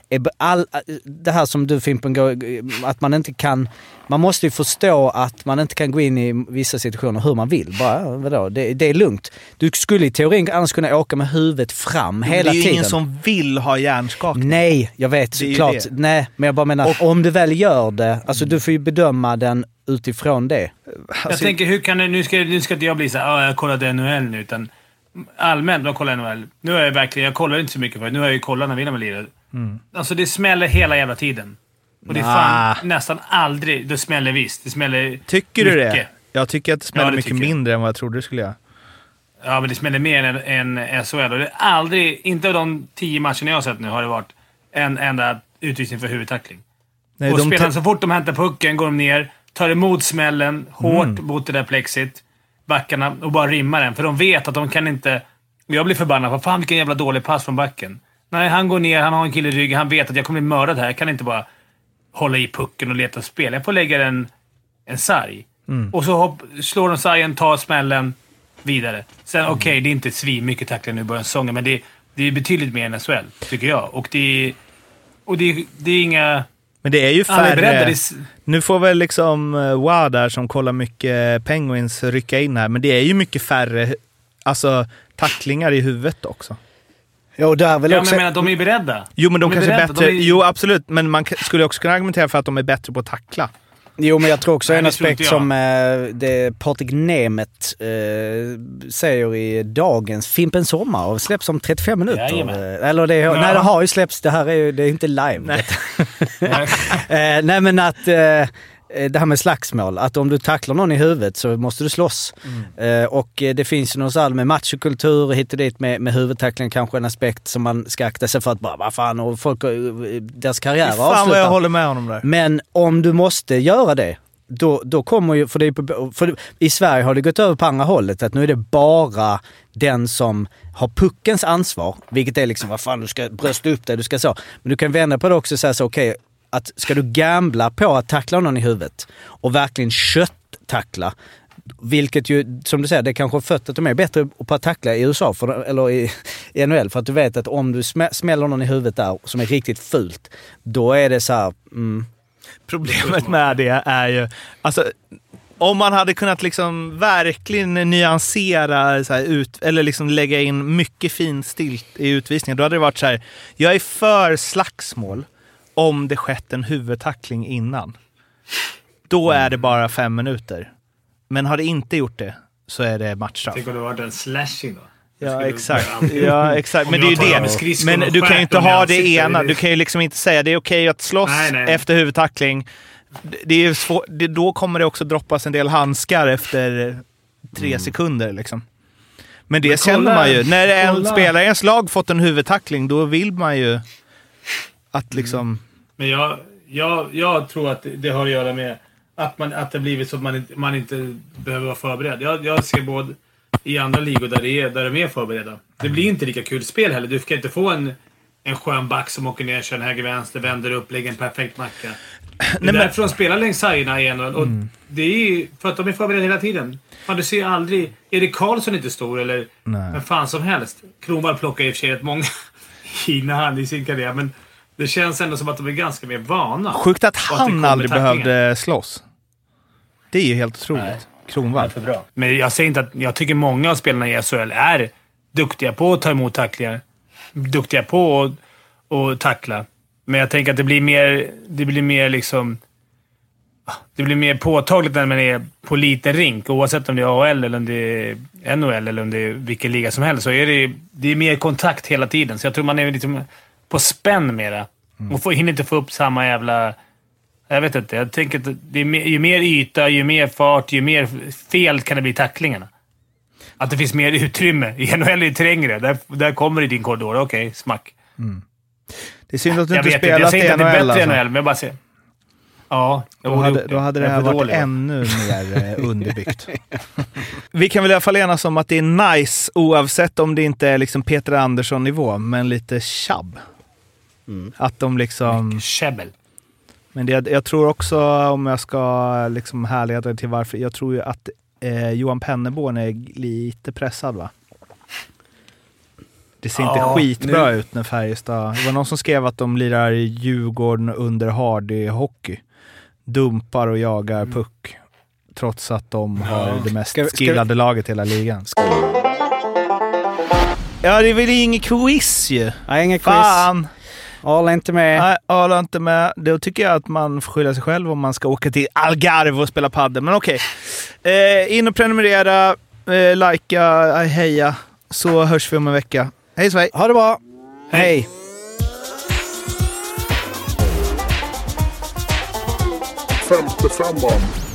är all, det här som du Fimpen går, att man inte kan, man måste ju förstå att man inte kan gå in i vissa situationer hur man vill. Bara, vadå? Det, det är lugnt. Du skulle i teorin annars kunna åka med huvudet fram hela tiden.
Det är ju
tiden.
ingen som vill ha hjärnskakning.
Nej, jag vet såklart. Nej, men jag bara menar, och, om du väl gör det, alltså du får ju bedöma den utifrån det.
Jag alltså, tänker, hur kan du, nu ska, nu ska inte jag bli så här, ah, jag kollade N H L nu, utan allmänt, jag kollar N H L. Nu är jag verkligen, jag kollar inte så mycket för nu har jag ju kollat när William lirar. Mm. Alltså det smäller hela jävla tiden. Och det är fan nah. nästan aldrig, det smäller visst. Det smäller
Tycker
mycket.
du det? Jag tycker att det smäller ja, det mycket mindre
jag.
än vad jag trodde det skulle göra.
Ja, men det smäller mer än, än S H L. Och det är aldrig, inte av de tio matcherna jag har sett nu, har det varit en enda utvisning för huvudtackling. Nej, och spelarna, så fort de hämtar pucken går de ner, tar emot smällen hårt mm. mot det där plexit, backarna, och bara rimmar den. För de vet att de kan inte... Jag blir förbannad. Vad fan, vilken jävla dålig pass från backen. Nej, han går ner, han har en kille i ryggen, han vet att jag kommer bli mördad här. Jag kan inte bara hålla i pucken och leta spel. Jag får lägga en, en sarg. Mm. Och så hopp, slår de sargen, tar smällen, vidare. Sen mm. okej, okay, det är inte svin mycket tacklar nu i början av säsongen, men det, det är betydligt mer än S H L, tycker jag. Och det, och det, det är inga...
Men det är ju färre... Är nu får väl liksom Wow där som kollar mycket Penguins rycka in här, men det är ju mycket färre alltså tacklingar i huvudet också.
Jo, där väl
ja,
också...
men jag menar, de är beredda.
Jo, men de, de kanske är bättre... Är... Jo, absolut. Men man skulle också kunna argumentera för att de är bättre på att tackla.
Jo, men jag tror också Nej, en aspekt som eh, det Patrik Nemeth eh, säger i dagens Fimpen Sommar och släpps om trettiofem minuter. Ja, Eller det, ja. Nej, det har ju släppts. Det här är ju det är inte live. Nej, eh, nej men att... Eh, det här med slagsmål, att om du tacklar någon i huvudet så måste du slåss. Mm. Eh, och det finns ju någon sån med machokultur hit och dit med, med huvudtackling, kanske en aspekt som man ska akta sig för att bara, vad fan, och folk, deras karriär avslutar.
Fan vad jag håller med honom där.
Men om du måste göra det, då, då kommer ju, för, det, för i Sverige har det gått över på andra hållet, att nu är det bara den som har puckens ansvar, vilket är liksom, vad fan, du ska brösta upp dig, du ska så. Men du kan vända på det också och säga så, okej, okay, att ska du gambla på att tackla någon i huvudet och verkligen kött-tackla, vilket ju, som du säger, det kanske är fött att de är bättre på att tackla i U S A för, eller i, i N H L, för att du vet att om du smäller någon i huvudet där som är riktigt fult, då är det så här... Mm.
Problemet med det är ju, alltså, om man hade kunnat liksom verkligen nyansera så här, ut, eller liksom lägga in mycket fin stilt i utvisningen, då hade det varit så här, jag är för slagsmål om det skett en huvudtackling innan. Då är det bara fem minuter. Men har det inte gjort det så är det matchstraff.
Tänk om det var en slashing då?
Ja, exakt. Ja, exakt. Men det är ju det. Men du kan ju inte ha det ena. Du kan ju liksom inte säga det är okej att slåss nej, nej. efter huvudtackling. Det är svår, det, då kommer det också droppas en del handskar efter tre mm. sekunder liksom. Men det Men känner kolla, man ju. När en kolla. spelare i ens lag fått en huvudtackling, då vill man ju att liksom... Mm.
Men jag, jag, jag tror att det har att göra med att, man, att det blivit så att man inte, man inte behöver vara förberedd. Jag, jag ser både i andra ligor där, det är, där de är förberedda. Det blir inte lika kul spel heller. Du ska inte få en, en skön back som åker ner, kör en höger-vänster, vänder upp, lägger en perfekt macka. Det är Nej, därför men... de spelar längs sargerna igen. Och mm. det är för att de är förberedda hela tiden. Man, du ser aldrig... Erik Karlsson inte stor eller vem fan som helst. Kronwall plockar i och för sig rätt många i hand i sin karriär, men det känns ändå som att de är ganska mer vana.
Sjukt att han att aldrig behövde slåss. Det är ju helt otroligt. Kronwall.
För bra. Men jag säger inte att jag tycker många av spelarna i S H L är duktiga på att ta emot tacklingar. Duktiga på att och tackla. Men jag tänker att det blir mer det blir mer liksom det blir mer påtagligt när man är på liten rink, oavsett om det är A H L eller om det är N H L eller om det är vilken liga som helst, så är det det är mer kontakt hela tiden. Så jag tror man är liksom på spänn mera. Mm. Och får, hinner inte få upp samma jävla... Jag vet inte. Jag tänker att det är mer, ju mer yta, ju mer fart, ju mer fel kan det bli tacklingarna. Att det finns mer utrymme. I N H L är det trängre. Där, där kommer det i din korridor. Okej, okay, smack.
Mm. Det är synd att du
jag
inte
vet
spelat
i
N H L.
Jag säger inte att det är bättre
alltså.
i N H L, men jag bara ser... Ja,
då hade, då hade det här varit dålig. ännu mer underbyggt. Vi kan väl i alla fall enas om att det är nice, oavsett om det inte är liksom Peter Andersson-nivå, men lite tjabb. Mm. Att de liksom...
Käbbel.
Men det, jag tror också, om jag ska liksom härleda till varför, jag tror ju att eh, Johan Penneborn är lite pressad, va? Det ser inte
ja,
skitbra
nu.
ut när Färjestad... Det var någon som skrev att de lirar i Djurgården under Hardy-hockey. Dumpar och jagar puck. Trots att de har ja. det mest ska, skillade ska... laget i hela ligan. Ska... Ja, det är väl inget quiz ju.
Nej, inget quiz.
Fan!
Arla inte med.
Nej, Arla inte med. Då tycker jag att man får skylla sig själv om man ska åka till Algarve och spela padel. Men okej. Eh, in och prenumerera, eh, likea, heja. Så hörs vi om en vecka. Hej Sverige.
Ha det bra. Hej.
femtiofem